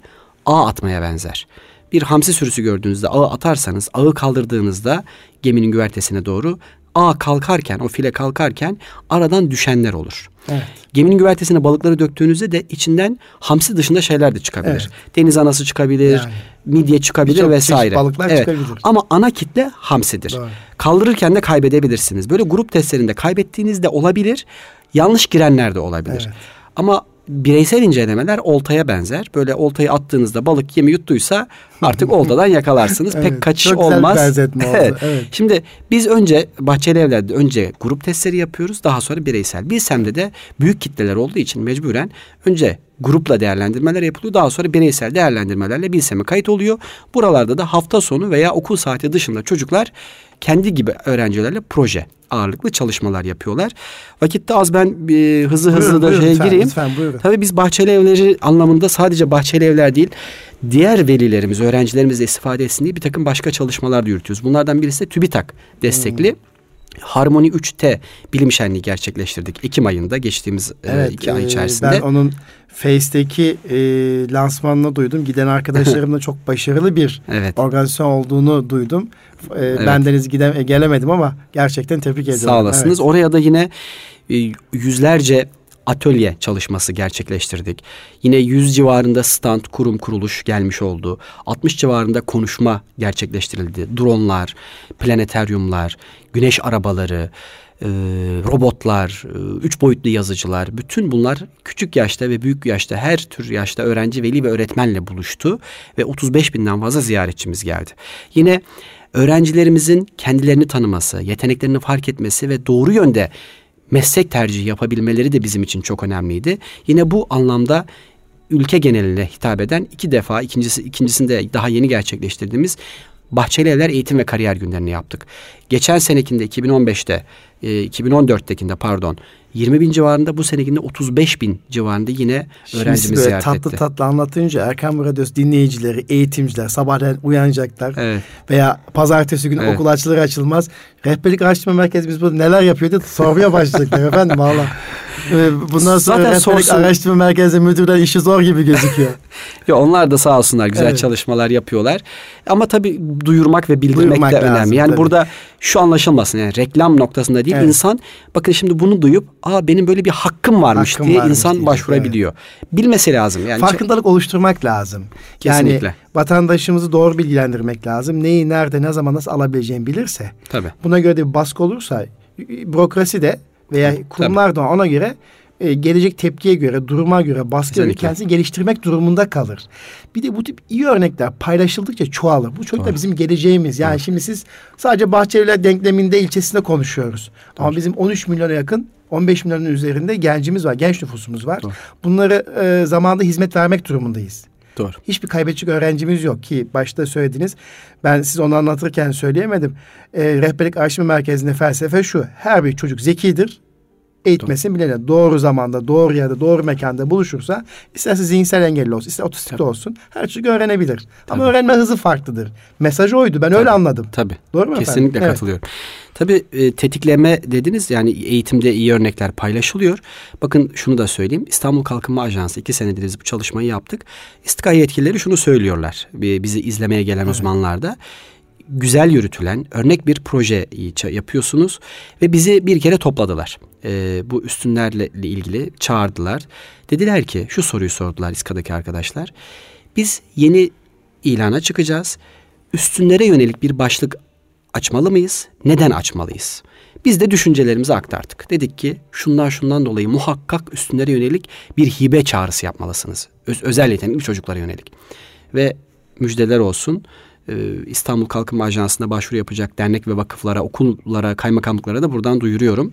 ağ atmaya benzer. Bir hamsi sürüsü gördüğünüzde ağı atarsanız, ağı kaldırdığınızda geminin güvertesine doğru ağ kalkarken, o file kalkarken aradan düşenler olur. Evet. Geminin güvertesine balıkları döktüğünüzde de içinden hamsi dışında şeyler de çıkabilir. Evet. Deniz anası çıkabilir, yani, midye çıkabilir vesaire. Birçok balıklar çıkabilir. Ama ana kitle hamsidir. Doğru. Kaldırırken de kaybedebilirsiniz. Böyle grup testlerinde kaybettiğinizde olabilir, yanlış girenler de olabilir. Evet. Ama bireysel incelemeler oltaya benzer. Böyle oltayı attığınızda balık yemi yuttuysa artık oltadan yakalarsınız. Evet, pek kaçış çok olmaz. Güzel benzetme oldu. Evet. Şimdi biz önce bahçeli evlerde önce grup testleri yapıyoruz. Daha sonra bireysel. Bilsem'de de büyük kitleler olduğu için mecburen önce grupla değerlendirmeler yapılıyor. Daha sonra bireysel değerlendirmelerle Bilsem'e kayıt oluyor. Buralarda da hafta sonu veya okul saati dışında çocuklar kendi gibi öğrencilerle proje ağırlıklı çalışmalar yapıyorlar. Vakitte az, ben hızlı da şeye gireyim. Lütfen, buyurun. Tabii biz bahçeli evleri anlamında sadece bahçeli evler değil, diğer velilerimiz, öğrencilerimiz de istifade etsin diye bir takım başka çalışmalar da yürütüyoruz. Bunlardan birisi de TÜBİTAK destekli. Harmoni 3T bilim şenliği gerçekleştirdik Ekim ayında, geçtiğimiz 2 ay içerisinde. Ben onun Face'teki lansmanını duydum. Giden arkadaşlarımla çok başarılı bir organizasyon olduğunu duydum. Bendeniz gelemedim ama gerçekten tebrik ediyorum. Sağ olasınız. Evet. Oraya da yine yüzlerce atölye çalışması gerçekleştirdik. Yine 100 civarında stand, kurum, kuruluş gelmiş oldu. 60 civarında konuşma gerçekleştirildi. Dronlar, planeteryumlar, güneş arabaları, robotlar, 3 boyutlu yazıcılar, bütün bunlar küçük yaşta ve büyük yaşta, her tür yaşta öğrenci, veli ve öğretmenle buluştu ve 35.000'den fazla ziyaretçimiz geldi. Yine öğrencilerimizin kendilerini tanıması, yeteneklerini fark etmesi ve doğru yönde meslek tercihi yapabilmeleri de bizim için çok önemliydi. Yine bu anlamda ülke geneline hitap eden 2 defa, ikincisinde daha yeni gerçekleştirdiğimiz Bahçeli Evler Eğitim ve Kariyer Günlerini yaptık. Geçen senekinde 2014'tekinde 20.000 civarında, bu senekinde 35.000 civarında yine öğrencimiz ziyaret etti. Tatlı tatlı anlatınca Erkam Radyosu dinleyicileri, eğitimciler sabahleyin uyanacaklar. Evet. Veya pazartesi günü okul açılır açılmaz rehberlik araştırma merkezi biz burada neler yapıyor diye sormaya başlayacaklar efendim valla. Bundan sonra rehberlik araştırma merkezi müdürler işi zor gibi gözüküyor. Ya onlar da sağ olsunlar güzel çalışmalar yapıyorlar. Ama tabii duyurmak ve bildirmek de önemli. Lazım, yani burada şu anlaşılmasın, yani reklam noktasında değil, insan bakın şimdi bunu duyup benim böyle bir hakkım varmış diye insan başvurabiliyor. Bilmesi lazım. Yani farkındalık oluşturmak lazım. Kesinlikle. Yani vatandaşımızı doğru bilgilendirmek lazım. Neyi, nerede, ne zaman, nasıl alabileceğini bilirse. Tabii. Buna göre de bir baskı olursa bürokrasi de veya kurumlar da ona göre gelecek tepkiye göre, duruma göre, baskıya göre kendisini geliştirmek durumunda kalır. Bir de bu tip iyi örnekler paylaşıldıkça çoğalır. Bu çocuk da bizim geleceğimiz. Yani şimdi siz sadece Bahçelievler denkleminde, ilçesinde konuşuyoruz. Ama bizim 13 milyona yakın, 15 milyonun üzerinde gencimiz var, genç nüfusumuz var. Bunları zamanında hizmet vermek durumundayız. Doğru. Hiçbir kaybedecek öğrencimiz yok ki başta söylediniz. Ben siz onu anlatırken söyleyemedim. Rehberlik Araştırma Merkezi'nde felsefe şu: her bir çocuk zekidir. Eğitmesini bilene doğru zamanda, doğru yerde, doğru mekanda buluşursa, isterse zihinsel engelli olsun, ister otistik olsun, her çocuk öğrenebilir. Ama öğrenme hızı farklıdır. Mesaj oydu. Ben öyle anladım. Tabii. Doğru mu Kesinlikle efendim? Katılıyorum. Tabii tetikleme dediniz, yani eğitimde iyi örnekler paylaşılıyor. Bakın şunu da söyleyeyim. İstanbul Kalkınma Ajansı 2 senedir biz bu çalışmayı yaptık. İstikay yetkilileri şunu söylüyorlar. Bizi izlemeye gelen uzmanlar da. Güzel yürütülen örnek bir proje yapıyorsunuz ve bizi bir kere topladılar. Bu üstünlerle ilgili çağırdılar. Dediler ki, şu soruyu sordular İSKA'daki arkadaşlar. Biz yeni ilana çıkacağız. Üstünlere yönelik bir başlık açmalı mıyız? Neden açmalıyız? Biz de düşüncelerimizi aktardık. Dedik ki şundan dolayı muhakkak üstünlere yönelik bir hibe çağrısı yapmalısınız. Özel yetenekli çocuklara yönelik. Ve müjdeler olsun. İstanbul Kalkınma Ajansı'na başvuru yapacak dernek ve vakıflara, okullara, kaymakamlıklara da buradan duyuruyorum.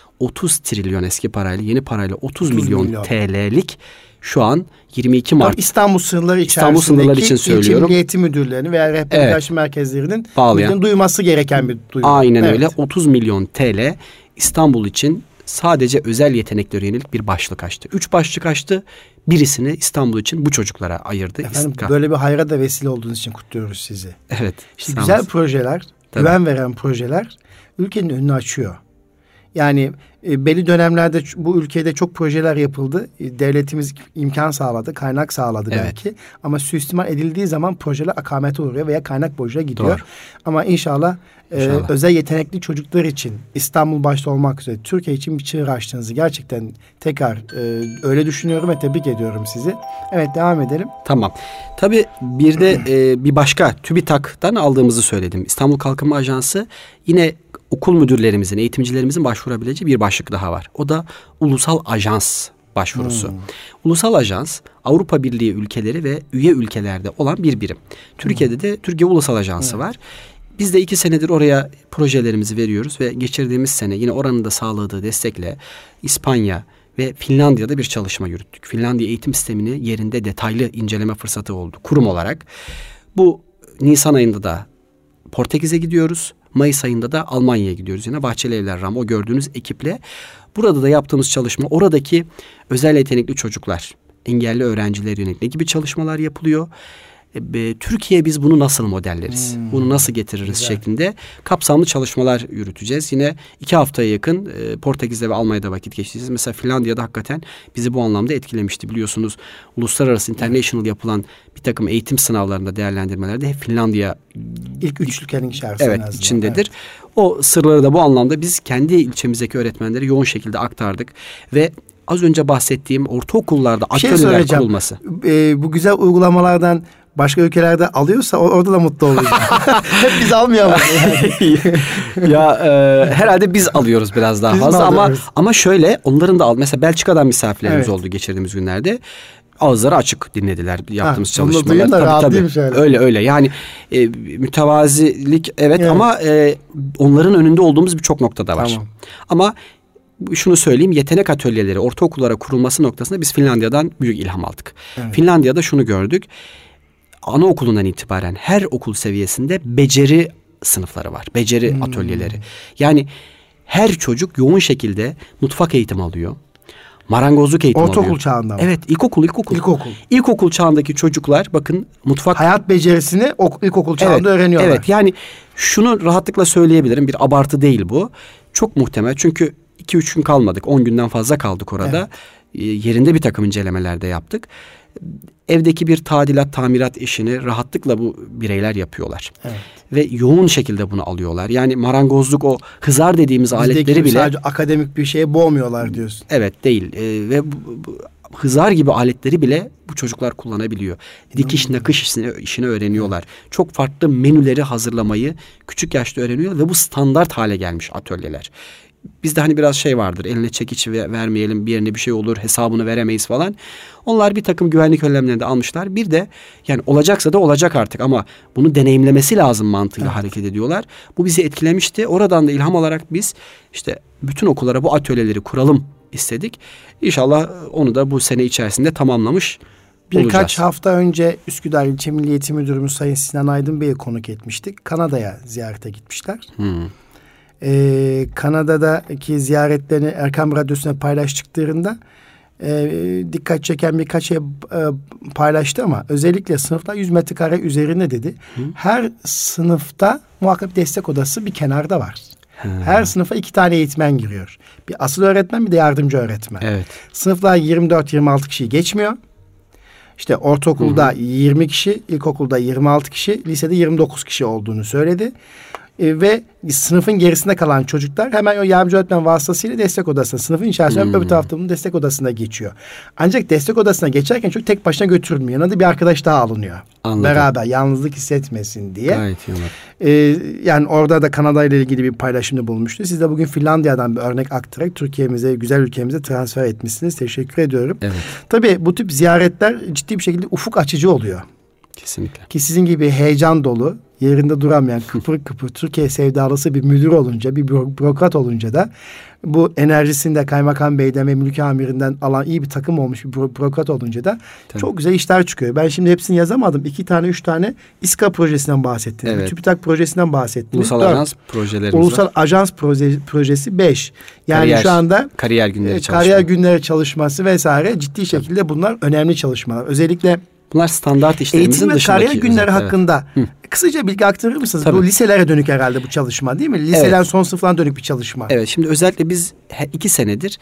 30 trilyon eski parayla, yeni parayla 30 milyon TL'lik şu an 22 Mart. İstanbul sınırları içerisindeki için söylüyorum. İlçe eğitim müdürlerini veya rehberlik araştırma merkezlerinin duyması gereken bir duyuru. Aynen öyle. 30 milyon TL İstanbul için sadece özel yeteneklere yönelik bir başlık açtı. 3 başlık açtı. Birisini İstanbul için bu çocuklara ayırdı. Efendim, böyle bir hayra da vesile olduğunuz için kutluyoruz sizi. Evet. İşte güzel projeler, güven veren projeler ülkenin önünü açıyor. Yani Belli dönemlerde bu ülkede çok projeler yapıldı. Devletimiz imkan sağladı, kaynak sağladı belki. Ama suistimal edildiği zaman projeler akamete uğruyor veya kaynak boşuna gidiyor. Doğru. Ama inşallah özel yetenekli çocuklar için, İstanbul başta olmak üzere Türkiye için bir çığır açtığınızı gerçekten tekrar öyle düşünüyorum ve tebrik ediyorum sizi. Evet, devam edelim. Tamam. Tabii bir de bir başka TÜBİTAK'tan aldığımızı söyledim. İstanbul Kalkınma Ajansı yine okul müdürlerimizin, eğitimcilerimizin başvurabileceği bir başlık daha var. O da ulusal ajans başvurusu. Ulusal ajans Avrupa Birliği ülkeleri ve üye ülkelerde olan bir birim. Türkiye'de de Türkiye Ulusal Ajansı var. Biz de 2 senedir oraya projelerimizi veriyoruz ve geçirdiğimiz sene yine oranın da sağladığı destekle İspanya ve Finlandiya'da bir çalışma yürüttük. Finlandiya eğitim sistemini yerinde detaylı inceleme fırsatı oldu kurum olarak. Bu Nisan ayında da Portekiz'e gidiyoruz. Mayıs ayında da Almanya'ya gidiyoruz. Yine Bahçelievler RAM, o gördüğünüz ekiple. Burada da yaptığımız çalışma, oradaki özel yetenekli çocuklar, engelli öğrencilere yönelik ne gibi çalışmalar yapılıyor? Türkiye'ye biz bunu nasıl modelleriz? Bunu nasıl getiririz şeklinde kapsamlı çalışmalar yürüteceğiz. Yine 2 haftaya yakın Portekiz'de ve Almanya'da vakit geçireceğiz. Mesela Finlandiya'da hakikaten bizi bu anlamda etkilemişti. Biliyorsunuz uluslararası international yapılan bir takım eğitim sınavlarında, değerlendirmelerde hep Finlandiya ilk 3 ülkenin içerisinde içindedir. Evet. O sırları da bu anlamda biz kendi ilçemizdeki öğretmenlere yoğun şekilde aktardık ve az önce bahsettiğim ortaokullarda atölyeler kurulması. Bu güzel uygulamalardan başka ülkelerde alıyorsa orada da mutlu olacağız. Hep biz almayalım. Ya herhalde biz alıyoruz biraz daha fazla ama şöyle onların da mesela Belçika'dan misafirlerimiz oldu geçirdiğimiz günlerde. Ağızları açık dinlediler yaptığımız çalışmalar. Tabii. Öyle. Yani mütevazilik ama onların önünde olduğumuz birçok noktada var. Tamam. Ama şunu söyleyeyim, yetenek atölyeleri ortaokullara kurulması noktasında biz Finlandiya'dan büyük ilham aldık. Evet. Finlandiya'da şunu gördük. Anaokulundan itibaren her okul seviyesinde beceri sınıfları var. Beceri atölyeleri. Yani her çocuk yoğun şekilde mutfak eğitimi alıyor. Marangozluk eğitimi alıyor. Ortaokul çağında mı? Evet, ilkokul. İlkokul çağındaki çocuklar bakın mutfak... Hayat becerisini ilkokul çağında öğreniyorlar. Evet, yani şunu rahatlıkla söyleyebilirim. Bir abartı değil bu. Çok muhtemel. Çünkü 2-3 gün kalmadık. 10 günden fazla kaldık orada. Evet. Yerinde bir takım incelemeler de yaptık. Evdeki bir tadilat, tamirat işini rahatlıkla bu bireyler yapıyorlar. Evet. Ve yoğun şekilde bunu alıyorlar. Yani marangozluk, o hızar dediğimiz aletleri bile... Sadece akademik bir şeye boğmuyorlar diyorsun. Evet, değil. Ve bu hızar gibi aletleri bile bu çocuklar kullanabiliyor. Dikiş, nakış işini öğreniyorlar. Çok farklı menüleri hazırlamayı küçük yaşta öğreniyor ve bu standart hale gelmiş atölyeler. Bizde hani biraz şey vardır, eline çekiç vermeyelim, bir yerine bir şey olur, hesabını veremeyiz falan. Onlar bir takım güvenlik önlemlerini de almışlar. Bir de yani olacaksa da olacak artık ama bunu deneyimlemesi lazım mantığıyla hareket ediyorlar. Bu bizi etkilemişti. Oradan da ilham alarak biz işte bütün okullara bu atölyeleri kuralım istedik. İnşallah onu da bu sene içerisinde tamamlamış olacağız. Birkaç hafta önce Üsküdar İlçe Milli Eğitim Müdürümüz Sayın Sinan Aydın Bey'i konuk etmiştik. Kanada'ya ziyarete gitmişler. Kanada'daki ziyaretlerini Erkam Radyosu'na paylaştıklarında dikkat çeken birkaç şey paylaştı ama özellikle sınıflar 100 metrekare üzerinde dedi. Her sınıfta muhakkak destek odası bir kenarda var. Her sınıfa 2 tane eğitmen giriyor. Bir asıl öğretmen, bir de yardımcı öğretmen. Evet. Sınıflar 24-26 kişiyi geçmiyor. İşte ortaokulda 20 kişi, ilkokulda 26 kişi, lisede 29 kişi olduğunu söyledi. Ve sınıfın gerisinde kalan çocuklar hemen o yardımcı öğretmen vasıtasıyla destek odasına, sınıfın içerisinde öbür tarafta bunun destek odasına geçiyor. Ancak destek odasına geçerken çocuk tek başına götürülmüyor. Yanında bir arkadaş daha alınıyor. Anladım. Beraber yalnızlık hissetmesin diye. Gayet iyi. Yani orada da Kanada ile ilgili bir paylaşımda bulunmuştu. Siz de bugün Finlandiya'dan bir örnek aktararak Türkiye'mize, güzel ülkemize transfer etmişsiniz. Teşekkür ediyorum. Evet. Tabii bu tip ziyaretler ciddi bir şekilde ufuk açıcı oluyor. Kesinlikle. Ki sizin gibi heyecan dolu, yerinde duramayan, kıpır kıpır Türkiye sevdalısı bir müdür olunca, bir bürokrat olunca da bu enerjisini de Kaymakam Bey'den ve Mülki Amirinden alan iyi bir takım olmuş bir bürokrat olunca da çok güzel işler çıkıyor. Ben şimdi hepsini yazamadım. 2 tane 3 tane İSKA projesinden bahsettiniz. Evet. TÜBİTAK projesinden bahsettiniz. Ulusal Ajans projelerimiz Ulusal Ajans projesi 5. Yani şu anda kariyer günleri kariyer günleri çalışması vesaire ciddi şekilde bunlar önemli çalışmalar. Özellikle bunlar standart işlerimizin dışındaki. Eğitim ve kariyer günleri hakkında Kısaca bilgi aktarır mısınız? Tabii. Bu liselere dönük herhalde bu çalışma değil mi? Liseden Evet. son sınıflara dönük bir çalışma. Evet, şimdi özellikle biz 2 senedir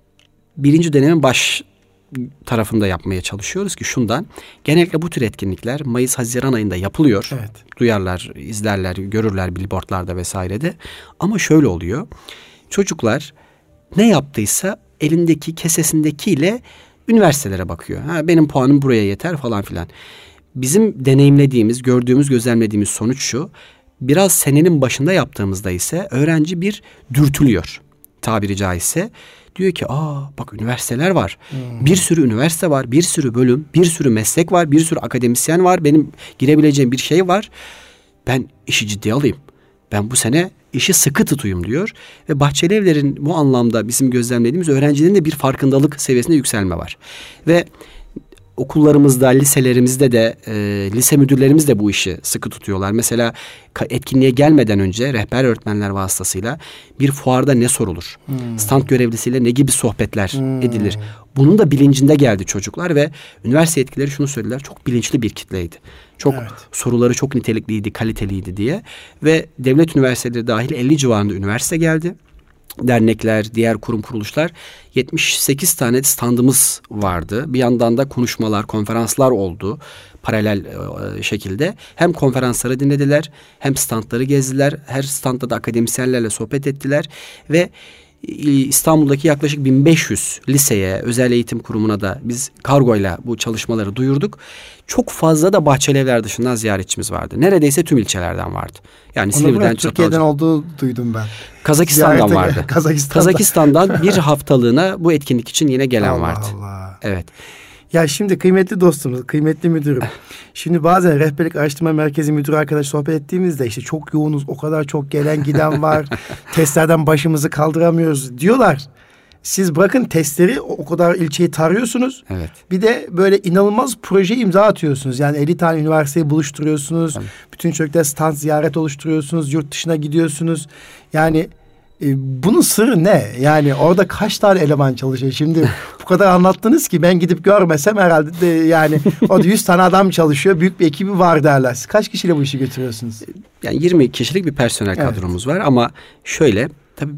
1. dönemin baş tarafında yapmaya çalışıyoruz ki şundan. Genellikle bu tür etkinlikler Mayıs-Haziran ayında yapılıyor. Evet. Duyarlar, izlerler, görürler billboardlarda vesairede. Ama şöyle oluyor. Çocuklar ne yaptıysa elindeki kesesindekiyle üniversitelere bakıyor. Ha, benim puanım buraya yeter falan filan. Bizim deneyimlediğimiz, gördüğümüz, gözlemlediğimiz sonuç şu. Biraz senenin başında yaptığımızda ise öğrenci bir dürtülüyor tabiri caizse. Diyor ki bak üniversiteler var. Bir sürü üniversite var, bir sürü bölüm, bir sürü meslek var, bir sürü akademisyen var. Benim girebileceğim bir şey var. Ben işi ciddiye alayım. Ben bu sene işi sıkı tutuyum diyor. Ve Bahçelievler'in bu anlamda bizim gözlemlediğimiz öğrencilerin de bir farkındalık seviyesinde yükselme var. Ve okullarımızda, liselerimizde de lise müdürlerimiz de bu işi sıkı tutuyorlar. Mesela etkinliğe gelmeden önce rehber öğretmenler vasıtasıyla bir fuarda ne sorulur? Stand görevlisiyle ne gibi sohbetler edilir? Bunun da bilincinde geldi çocuklar ve üniversite yetkilileri şunu söylediler. Çok bilinçli bir kitleydi. Çok soruları çok nitelikliydi, kaliteliydi diye. Ve devlet üniversiteleri dahil 50 civarında üniversite geldi. Dernekler, diğer kurum kuruluşlar 78 tane standımız vardı. Bir yandan da konuşmalar, konferanslar oldu paralel şekilde. Hem konferansları dinlediler, hem standları gezdiler. Her standda da akademisyenlerle sohbet ettiler ve İstanbul'daki yaklaşık 1500 liseye, özel eğitim kurumuna da biz kargoyla bu çalışmaları duyurduk. Çok fazla da Bahçelievler dışından ziyaretçimiz vardı. Neredeyse tüm ilçelerden vardı. Yani Silivri'den, Türkiye'den olduğu duydum ben. Kazakistan'dan vardı. Kazakistan'dan bir haftalığına bu etkinlik için yine gelen vardı. Allah. Evet. Ya şimdi kıymetli dostumuz, kıymetli müdürüm. Şimdi bazen Rehberlik Araştırma Merkezi müdürü arkadaş sohbet ettiğimizde işte çok yoğunuz, o kadar çok gelen giden var. Testlerden başımızı kaldıramıyoruz diyorlar. Siz bırakın testleri, o kadar ilçeyi tarıyorsunuz. Evet. Bir de böyle inanılmaz proje imza atıyorsunuz. Yani 50 tane üniversiteyi buluşturuyorsunuz. Tabii. Bütün çocuklar stand ziyaret oluşturuyorsunuz. Yurt dışına gidiyorsunuz. Yani bunun sırrı ne? Yani orada kaç tane eleman çalışıyor? Şimdi bu kadar anlattınız ki ben gidip görmesem herhalde de yani orada 100 tane adam çalışıyor. Büyük bir ekibi var derler. Siz kaç kişiyle bu işi götürüyorsunuz? Yani 20 kişilik bir personel kadromuz var ama şöyle tabii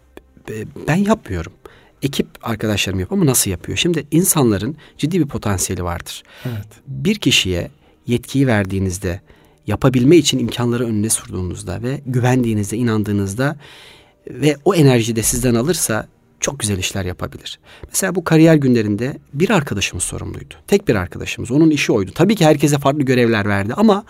ben yapmıyorum. Ekip arkadaşlarım yapıyor ama nasıl yapıyor? Şimdi insanların ciddi bir potansiyeli vardır. Evet. Bir kişiye yetkiyi verdiğinizde, yapabilme için imkanları önüne sürdüğünüzde ve güvendiğinizde, inandığınızda ve o enerjiyi de sizden alırsa çok güzel işler yapabilir. Mesela bu kariyer günlerinde bir arkadaşımız sorumluydu. Tek bir arkadaşımız. Onun işi oydu. Tabii ki herkese farklı görevler verdi ama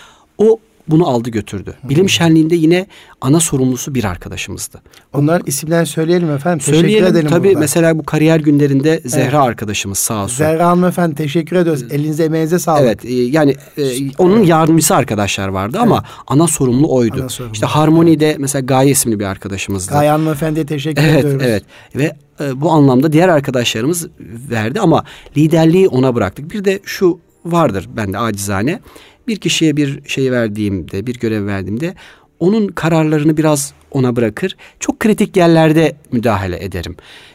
o bunu aldı götürdü. Bilim şenliğinde yine ana sorumlusu bir arkadaşımızdı. Onların isimlerini söyleyelim efendim. Söyleyelim, teşekkür edelim tabii burada. Mesela bu kariyer günlerinde Zehra arkadaşımız sağ olsun. Zehra hanımefendi teşekkür ediyoruz. Elinize emeğinize sağlık. Evet yani onun yardımcısı arkadaşlar vardı ama ana sorumlu oydu. Ana sorumlu. İşte Harmoni'de mesela Gaye isimli bir arkadaşımızdı. Gaye hanımefendiye teşekkür ediyoruz. Evet ve bu anlamda diğer arkadaşlarımız verdi ama liderliği ona bıraktık. Bir de şu vardır bende acizane. Bir kişiye bir şey verdiğimde, bir görev verdiğimde onun kararlarını biraz ona bırakır. Çok kritik yerlerde müdahale ederim.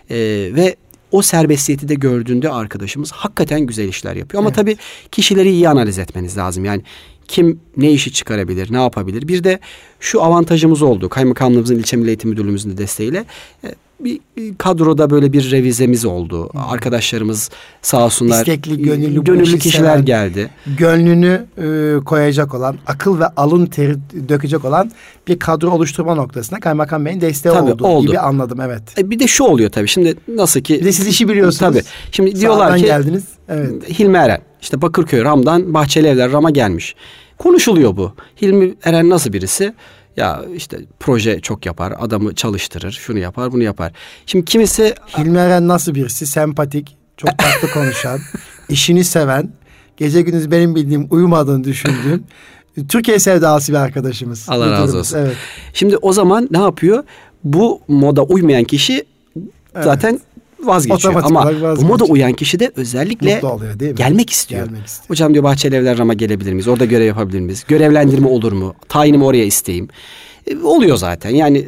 Ve o serbestiyeti de gördüğünde arkadaşımız hakikaten güzel işler yapıyor. Ama tabii kişileri iyi analiz etmeniz lazım. Yani kim ne işi çıkarabilir, ne yapabilir? Bir de şu avantajımız oldu. Kaymakamlığımızın, İlçe Milli Eğitim Müdürlüğümüzün de desteğiyle bir kadroda böyle bir revizemiz oldu. Arkadaşlarımız sağ olsunlar. İstekli, gönüllü kişiler seven, geldi. Gönlünü koyacak olan, akıl ve alın teri dökecek olan bir kadro oluşturma noktasına Kaymakam Bey'in desteği oldu gibi anladım, evet. Bir de şu oluyor tabii. Şimdi nasıl ki... Bir de siz işi biliyorsunuz. Tabii. Şimdi diyorlar ki... geldiniz. Evet. Hilmi Eren, işte Bakırköy, Ram'dan Bahçelievler, Ram'a gelmiş. Konuşuluyor bu. Hilmi Eren nasıl birisi? Ya işte proje çok yapar, adamı çalıştırır, şunu yapar, bunu yapar. Şimdi kimisi... Hilmi Eren nasıl birisi? Sempatik, çok tatlı konuşan, işini seven, gece gündüz benim bildiğim, uyumadığını düşündüğüm, Türkiye sevdalısı bir arkadaşımız. Allah razı olsun. Evet. Şimdi o zaman ne yapıyor? Bu moda uymayan kişi zaten vazgeçiyor. Ama bu moda uyan kişi de özellikle oluyor, değil mi? gelmek istiyor. Hocam diyor Bahçelievler Ram'a gelebilir miyiz? Orada görev yapabilir miyiz? Görevlendirme olur mu? Tayinimi oraya isteyeyim. Oluyor zaten. Yani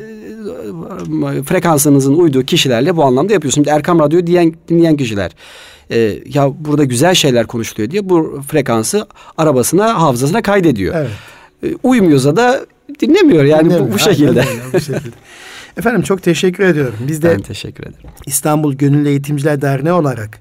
frekansınızın uyduğu kişilerle bu anlamda yapıyorsun. Şimdi Erkam Radyo dinleyen kişiler ya burada güzel şeyler konuşuluyor diye bu frekansı arabasına, hafızasına kaydediyor. Evet. Uymuyorsa da dinlemiyor. Yani bu şekilde. Bu şekilde. Efendim çok teşekkür ediyorum. Biz de ben teşekkür ederim. İstanbul Gönüllü Eğitimciler Derneği olarak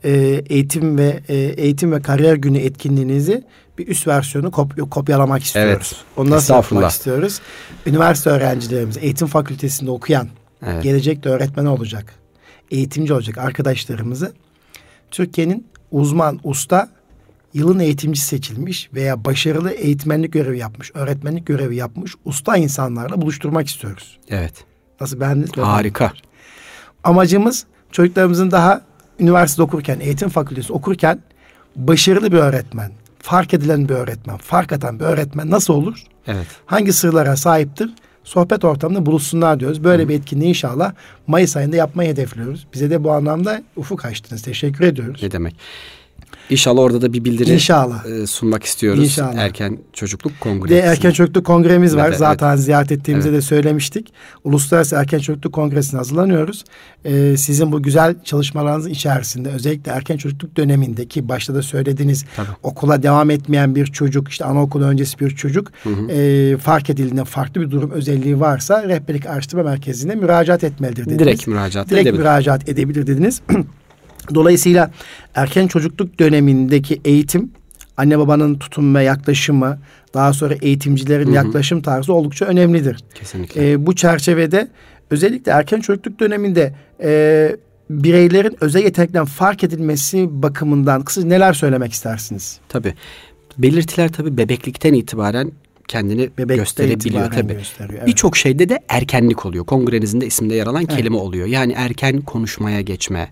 eğitim ve kariyer günü etkinliğinizi bir üst versiyonu kopyalamak istiyoruz. Evet. Onu nasıl yapmak istiyoruz? Üniversite öğrencilerimiz, eğitim fakültesinde okuyan, gelecekte öğretmen olacak, eğitimci olacak arkadaşlarımızı Türkiye'nin uzman, usta, yılın eğitimci seçilmiş veya başarılı eğitmenlik görevi yapmış, öğretmenlik görevi yapmış usta insanlarla buluşturmak istiyoruz. Evet. Nasıl, beğendiniz mi? Harika. Amacımız çocuklarımızın daha üniversite okurken, eğitim fakültesi okurken başarılı bir öğretmen, fark edilen bir öğretmen, fark atan bir öğretmen nasıl olur? Evet. Hangi sırlara sahiptir? Sohbet ortamında buluşsunlar diyoruz. Böyle bir etkinliği inşallah Mayıs ayında yapmayı hedefliyoruz. Bize de bu anlamda ufuk açtınız. Teşekkür ediyoruz. Ne demek? İnşallah orada da bir bildiri sunmak istiyoruz. İnşallah. Erken Çocukluk Kongresi. Erken Çocukluk Kongremiz var. Zaten ziyaret ettiğimizde evet. de söylemiştik. Uluslararası Erken Çocukluk Kongresi'ne hazırlanıyoruz. Sizin bu güzel çalışmalarınızın içerisinde özellikle erken çocukluk dönemindeki başta da söylediğiniz okula devam etmeyen bir çocuk, işte anaokulu öncesi bir çocuk fark edildiğinde farklı bir durum özelliği varsa rehberlik araştırma merkezine müracaat etmelidir dediniz. Direkt müracaat edebilir dediniz. Dolayısıyla erken çocukluk dönemindeki eğitim, anne babanın tutum ve yaklaşımı, daha sonra eğitimcilerin yaklaşım tarzı oldukça önemlidir. Kesinlikle. Bu çerçevede özellikle erken çocukluk döneminde bireylerin özel yeteneklerin fark edilmesi bakımından kısaca neler söylemek istersiniz? Tabii. Belirtiler tabii bebeklikten itibaren kendini gösterebiliyor tabii. Evet. Birçok şeyde de erkenlik oluyor. Kongrenizin de isminde yer alan kelime oluyor. Yani erken konuşmaya geçme,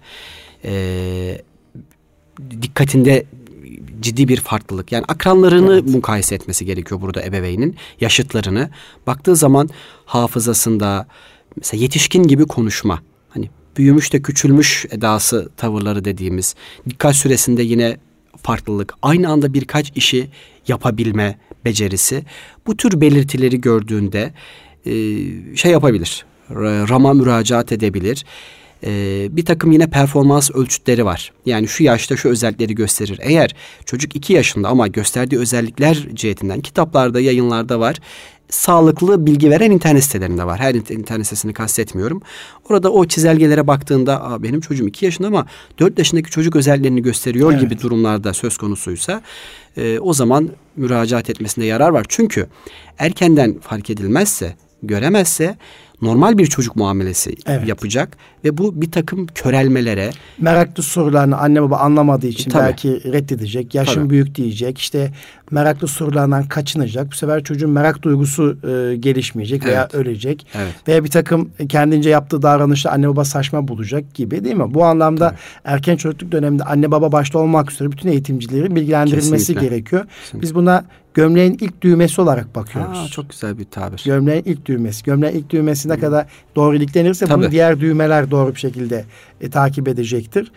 dikkatinde ciddi bir farklılık. Yani akranlarını mukayese etmesi gerekiyor burada ebeveynin. Yaşıtlarını. Baktığı zaman hafızasında mesela yetişkin gibi konuşma. Hani büyümüş de küçülmüş edası, tavırları dediğimiz. Dikkat süresinde yine farklılık. Aynı anda birkaç işi yapabilme becerisi. Bu tür belirtileri gördüğünde yapabilir. RAM'a müracaat edebilir. Bir takım yine performans ölçütleri var. Yani şu yaşta şu özellikleri gösterir. Eğer çocuk 2 yaşında ama gösterdiği özellikler cihetinden kitaplarda, yayınlarda var. Sağlıklı bilgi veren internet sitelerinde var. Her internet sitesini kastetmiyorum. Orada o çizelgelere baktığında benim çocuğum 2 yaşında ama 4 yaşındaki çocuk özelliklerini gösteriyor gibi durumlarda söz konusuysa o zaman müracaat etmesinde yarar var. Çünkü erkenden fark edilmezse, göremezse normal bir çocuk muamelesi yapacak ve bu bir takım körelmelere, meraklı sorularını anne baba anlamadığı için belki reddedecek, yaşım büyük diyecek, işte meraklı sorulardan kaçınacak. Bu sefer çocuğun merak duygusu gelişmeyecek veya ölecek. Veya bir takım kendince yaptığı davranışla anne baba saçma bulacak gibi, değil mi? Bu anlamda erken çocukluk döneminde anne baba başta olmak üzere bütün eğitimcilerin bilgilendirilmesi gerekiyor. Biz buna gömleğin ilk düğmesi olarak bakıyoruz. Çok güzel bir tabir. Gömleğin ilk düğmesi. Gömleğin ilk düğmesi ne kadar doğru iliklenirse bunu diğer düğmeler doğru bir şekilde takip edecektir.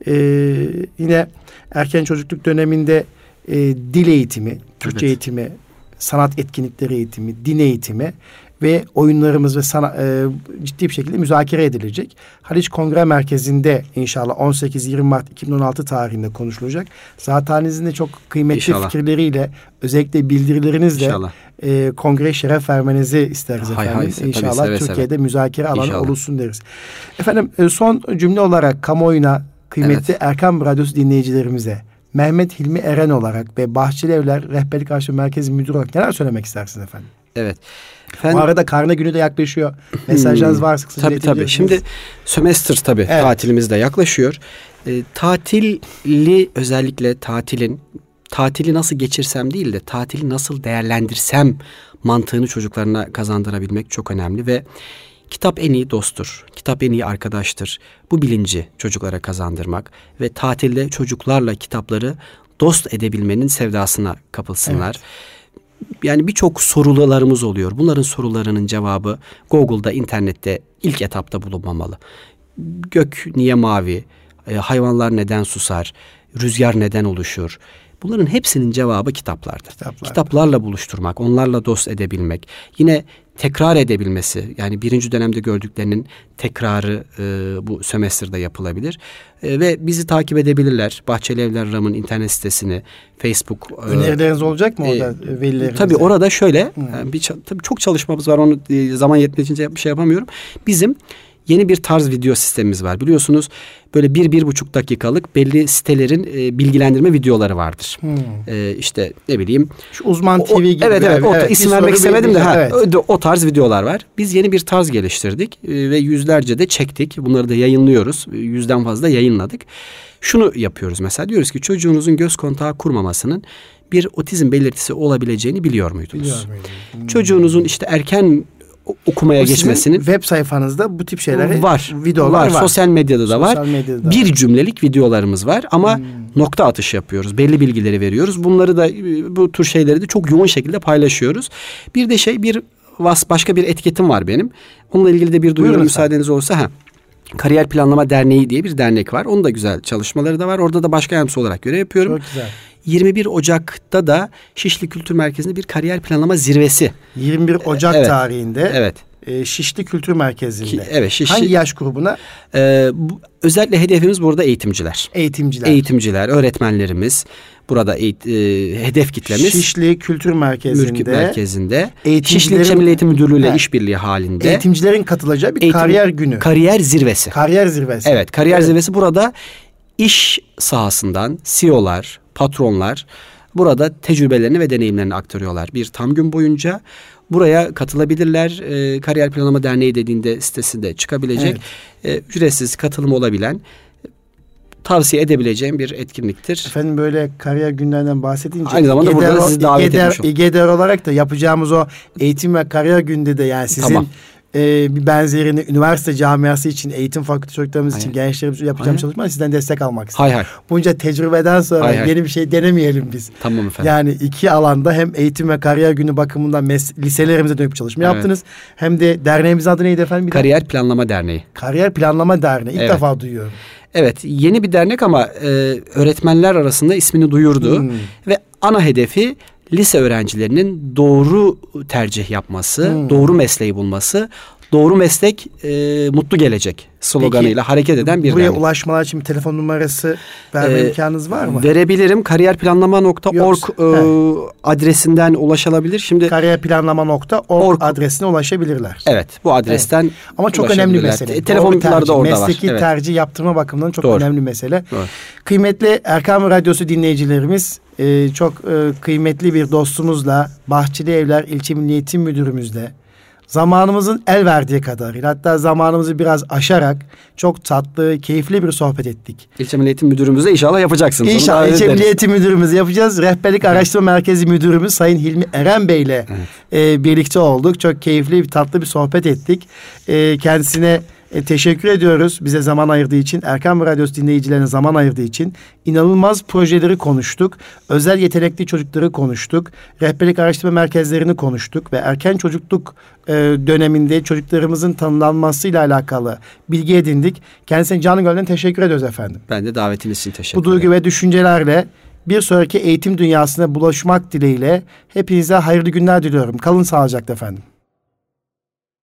Yine erken çocukluk döneminde dil eğitimi, Türkçe eğitimi, sanat etkinlikleri eğitimi, din eğitimi ve oyunlarımız ve ciddi bir şekilde müzakere edilecek. Haliç Kongre Merkezi'nde inşallah 18-20 Mart 2016 tarihinde konuşulacak. Zatenizin de çok kıymetli fikirleriyle, özellikle bildirilerinizle kongreye şeref vermenizi isteriz efendim. İnşallah Türkiye'de müzakere alanı olursun deriz. Efendim son cümle olarak kamuoyuna, kıymetli Erkam Radyosu dinleyicilerimize Mehmet Hilmi Eren olarak ve Bahçeli Evler Rehberlik Araştırma Merkezi Müdürü olarak neler söylemek istersiniz efendim? Evet. Bu arada karne günü de yaklaşıyor. Mesajlarınız varsa kısaca tabii. Şimdi sömestr tatilimiz de yaklaşıyor. Tatilli özellikle tatili nasıl geçirsem değil de tatili nasıl değerlendirsem mantığını çocuklarına kazandırabilmek çok önemli ve kitap en iyi dosttur. Kitap en iyi arkadaştır. Bu bilinci çocuklara kazandırmak ve tatilde çocuklarla kitapları dost edebilmenin sevdasına kapılsınlar. Yani birçok sorularımız oluyor. Bunların sorularının cevabı Google'da, internette ilk etapta bulunmamalı. Gök niye mavi? Hayvanlar neden susar? Rüzgar neden oluşur? Bunların hepsinin cevabı kitaplardır. Kitaplarla buluşturmak, onlarla dost edebilmek. Yine tekrar edebilmesi, yani birinci dönemde gördüklerinin tekrarı bu sömestrde yapılabilir. Ve bizi takip edebilirler. Bahçeli Evler RAM'ın internet sitesini, Facebook. Önerileriniz olacak mı orada velilerimize? Tabii orada şöyle, tabii çok çalışmamız var, onu zaman yetmeyince bir şey yapamıyorum. Bizim yeni bir tarz video sistemimiz var. Biliyorsunuz böyle 1-1,5 dakikalık belli sitelerin bilgilendirme videoları vardır. İşte ne bileyim. Şu Uzman TV gibi. Evet. İsim vermek istemedim de. Evet. O tarz videolar var. Biz yeni bir tarz geliştirdik ve yüzlerce de çektik. Bunları da yayınlıyoruz. 100'den fazla yayınladık. Şunu yapıyoruz mesela. Diyoruz ki çocuğunuzun göz kontağı kurmamasının bir otizm belirtisi olabileceğini biliyor muydunuz? Çocuğunuzun işte erken okumaya geçmesinin web sayfanızda bu tip şeyleri videolar var. Sosyal medyada da var. Bir cümlelik videolarımız var ama nokta atışı yapıyoruz. Belli bilgileri veriyoruz. Bunları da, bu tür şeyleri de çok yoğun şekilde paylaşıyoruz. Bir de başka bir etiketim var benim. Onunla ilgili de bir duyuru müsaadeniz olursa. Kariyer Planlama Derneği diye bir dernek var. Onun da güzel çalışmaları da var. Orada da başkan yardımcısı olarak görev yapıyorum. Çok güzel. 21 Ocak'ta da Şişli Kültür Merkezi'nde bir kariyer planlama zirvesi. 21 Ocak tarihinde. Evet. Şişli Kültür Merkezi'nde. Evet, Şişli. Hangi yaş grubuna? Özellikle hedefimiz burada eğitimciler. Eğitimciler, öğretmenlerimiz. Burada hedef kitlemiz. Şişli Kültür Merkezi'nde. Şişli İlçe Milli Eğitim Müdürlüğü ile işbirliği halinde. Eğitimcilerin katılacağı bir kariyer günü. Kariyer zirvesi. Evet, kariyer zirvesi. Burada iş sahasından CEO'lar, patronlar burada tecrübelerini ve deneyimlerini aktarıyorlar. Bir tam gün boyunca buraya katılabilirler. Kariyer Planlama Derneği dediğinde sitesinde çıkabilecek. Ücretsiz katılım olabilen, tavsiye edebileceğim bir etkinliktir. Efendim, böyle kariyer günlerinden bahsedince aynı zamanda burada sizi davet etmiş oldum. İGEDER olarak da yapacağımız o eğitim ve kariyer günde de, yani sizin bir benzerini üniversite camiası için, eğitim fakültesi çocuklarımız için, gençlerimiz için yapacağım çalışmalar, sizden destek almak istiyorum. Bunca tecrübeden sonra yeni bir şey denemeyelim biz. Tamam efendim. Yani iki alanda hem eğitim ve kariyer günü bakımından liselerimize dönüp çalışma yaptınız. Hem de derneğimizin adı neydi efendim? Kariyer Planlama Derneği. Kariyer Planlama Derneği. İlk defa duyuyorum. Evet, yeni bir dernek ama öğretmenler arasında ismini duyurdu ve ana hedefi lise öğrencilerinin doğru tercih yapması, doğru mesleği bulması, doğru meslek mutlu gelecek sloganıyla hareket eden bir buraya dernek. Ulaşmalar için bir telefon numarası verme imkanınız var mı? Verebilirim. Kariyerplanlama.org adresinden ulaşılabilir. Şimdi kariyerplanlama.org adresine ulaşabilirler. Evet, bu adresten ama çok önemli mesele. Telefonlar da orada mesleki var. tercih yaptırma bakımından çok önemli mesele. Kıymetli Erkam Radyosu dinleyicilerimiz, çok kıymetli bir dostumuzla, Bahçeli Evler İlçe Milli Eğitim Müdürümüzle zamanımızın el verdiği kadarıyla, hatta zamanımızı biraz aşarak çok tatlı, keyifli bir sohbet ettik. İlçe Milli Eğitim Müdürümüzle inşallah yapacaksınız. İnşallah İlçe Milli Eğitim Müdürümüzle yapacağız. Rehberlik Araştırma Merkezi Müdürümüz Sayın Hilmi Eren Bey ile birlikte olduk. Çok keyifli, tatlı bir sohbet ettik. Kendisine teşekkür ediyoruz bize zaman ayırdığı için. Erkam Radyosu dinleyicilerine zaman ayırdığı için. İnanılmaz projeleri konuştuk. Özel yetenekli çocukları konuştuk. Rehberlik araştırma merkezlerini konuştuk ve erken çocukluk döneminde çocuklarımızın tanımlanmasıyla alakalı bilgi edindik. Kendisine canı gönülden teşekkür ediyoruz efendim. Ben de davetiniz için teşekkür ederim. Bu duygu ve düşüncelerle bir sonraki eğitim dünyasına bulaşmak dileğiyle hepinize hayırlı günler diliyorum. Kalın sağlıcakla efendim.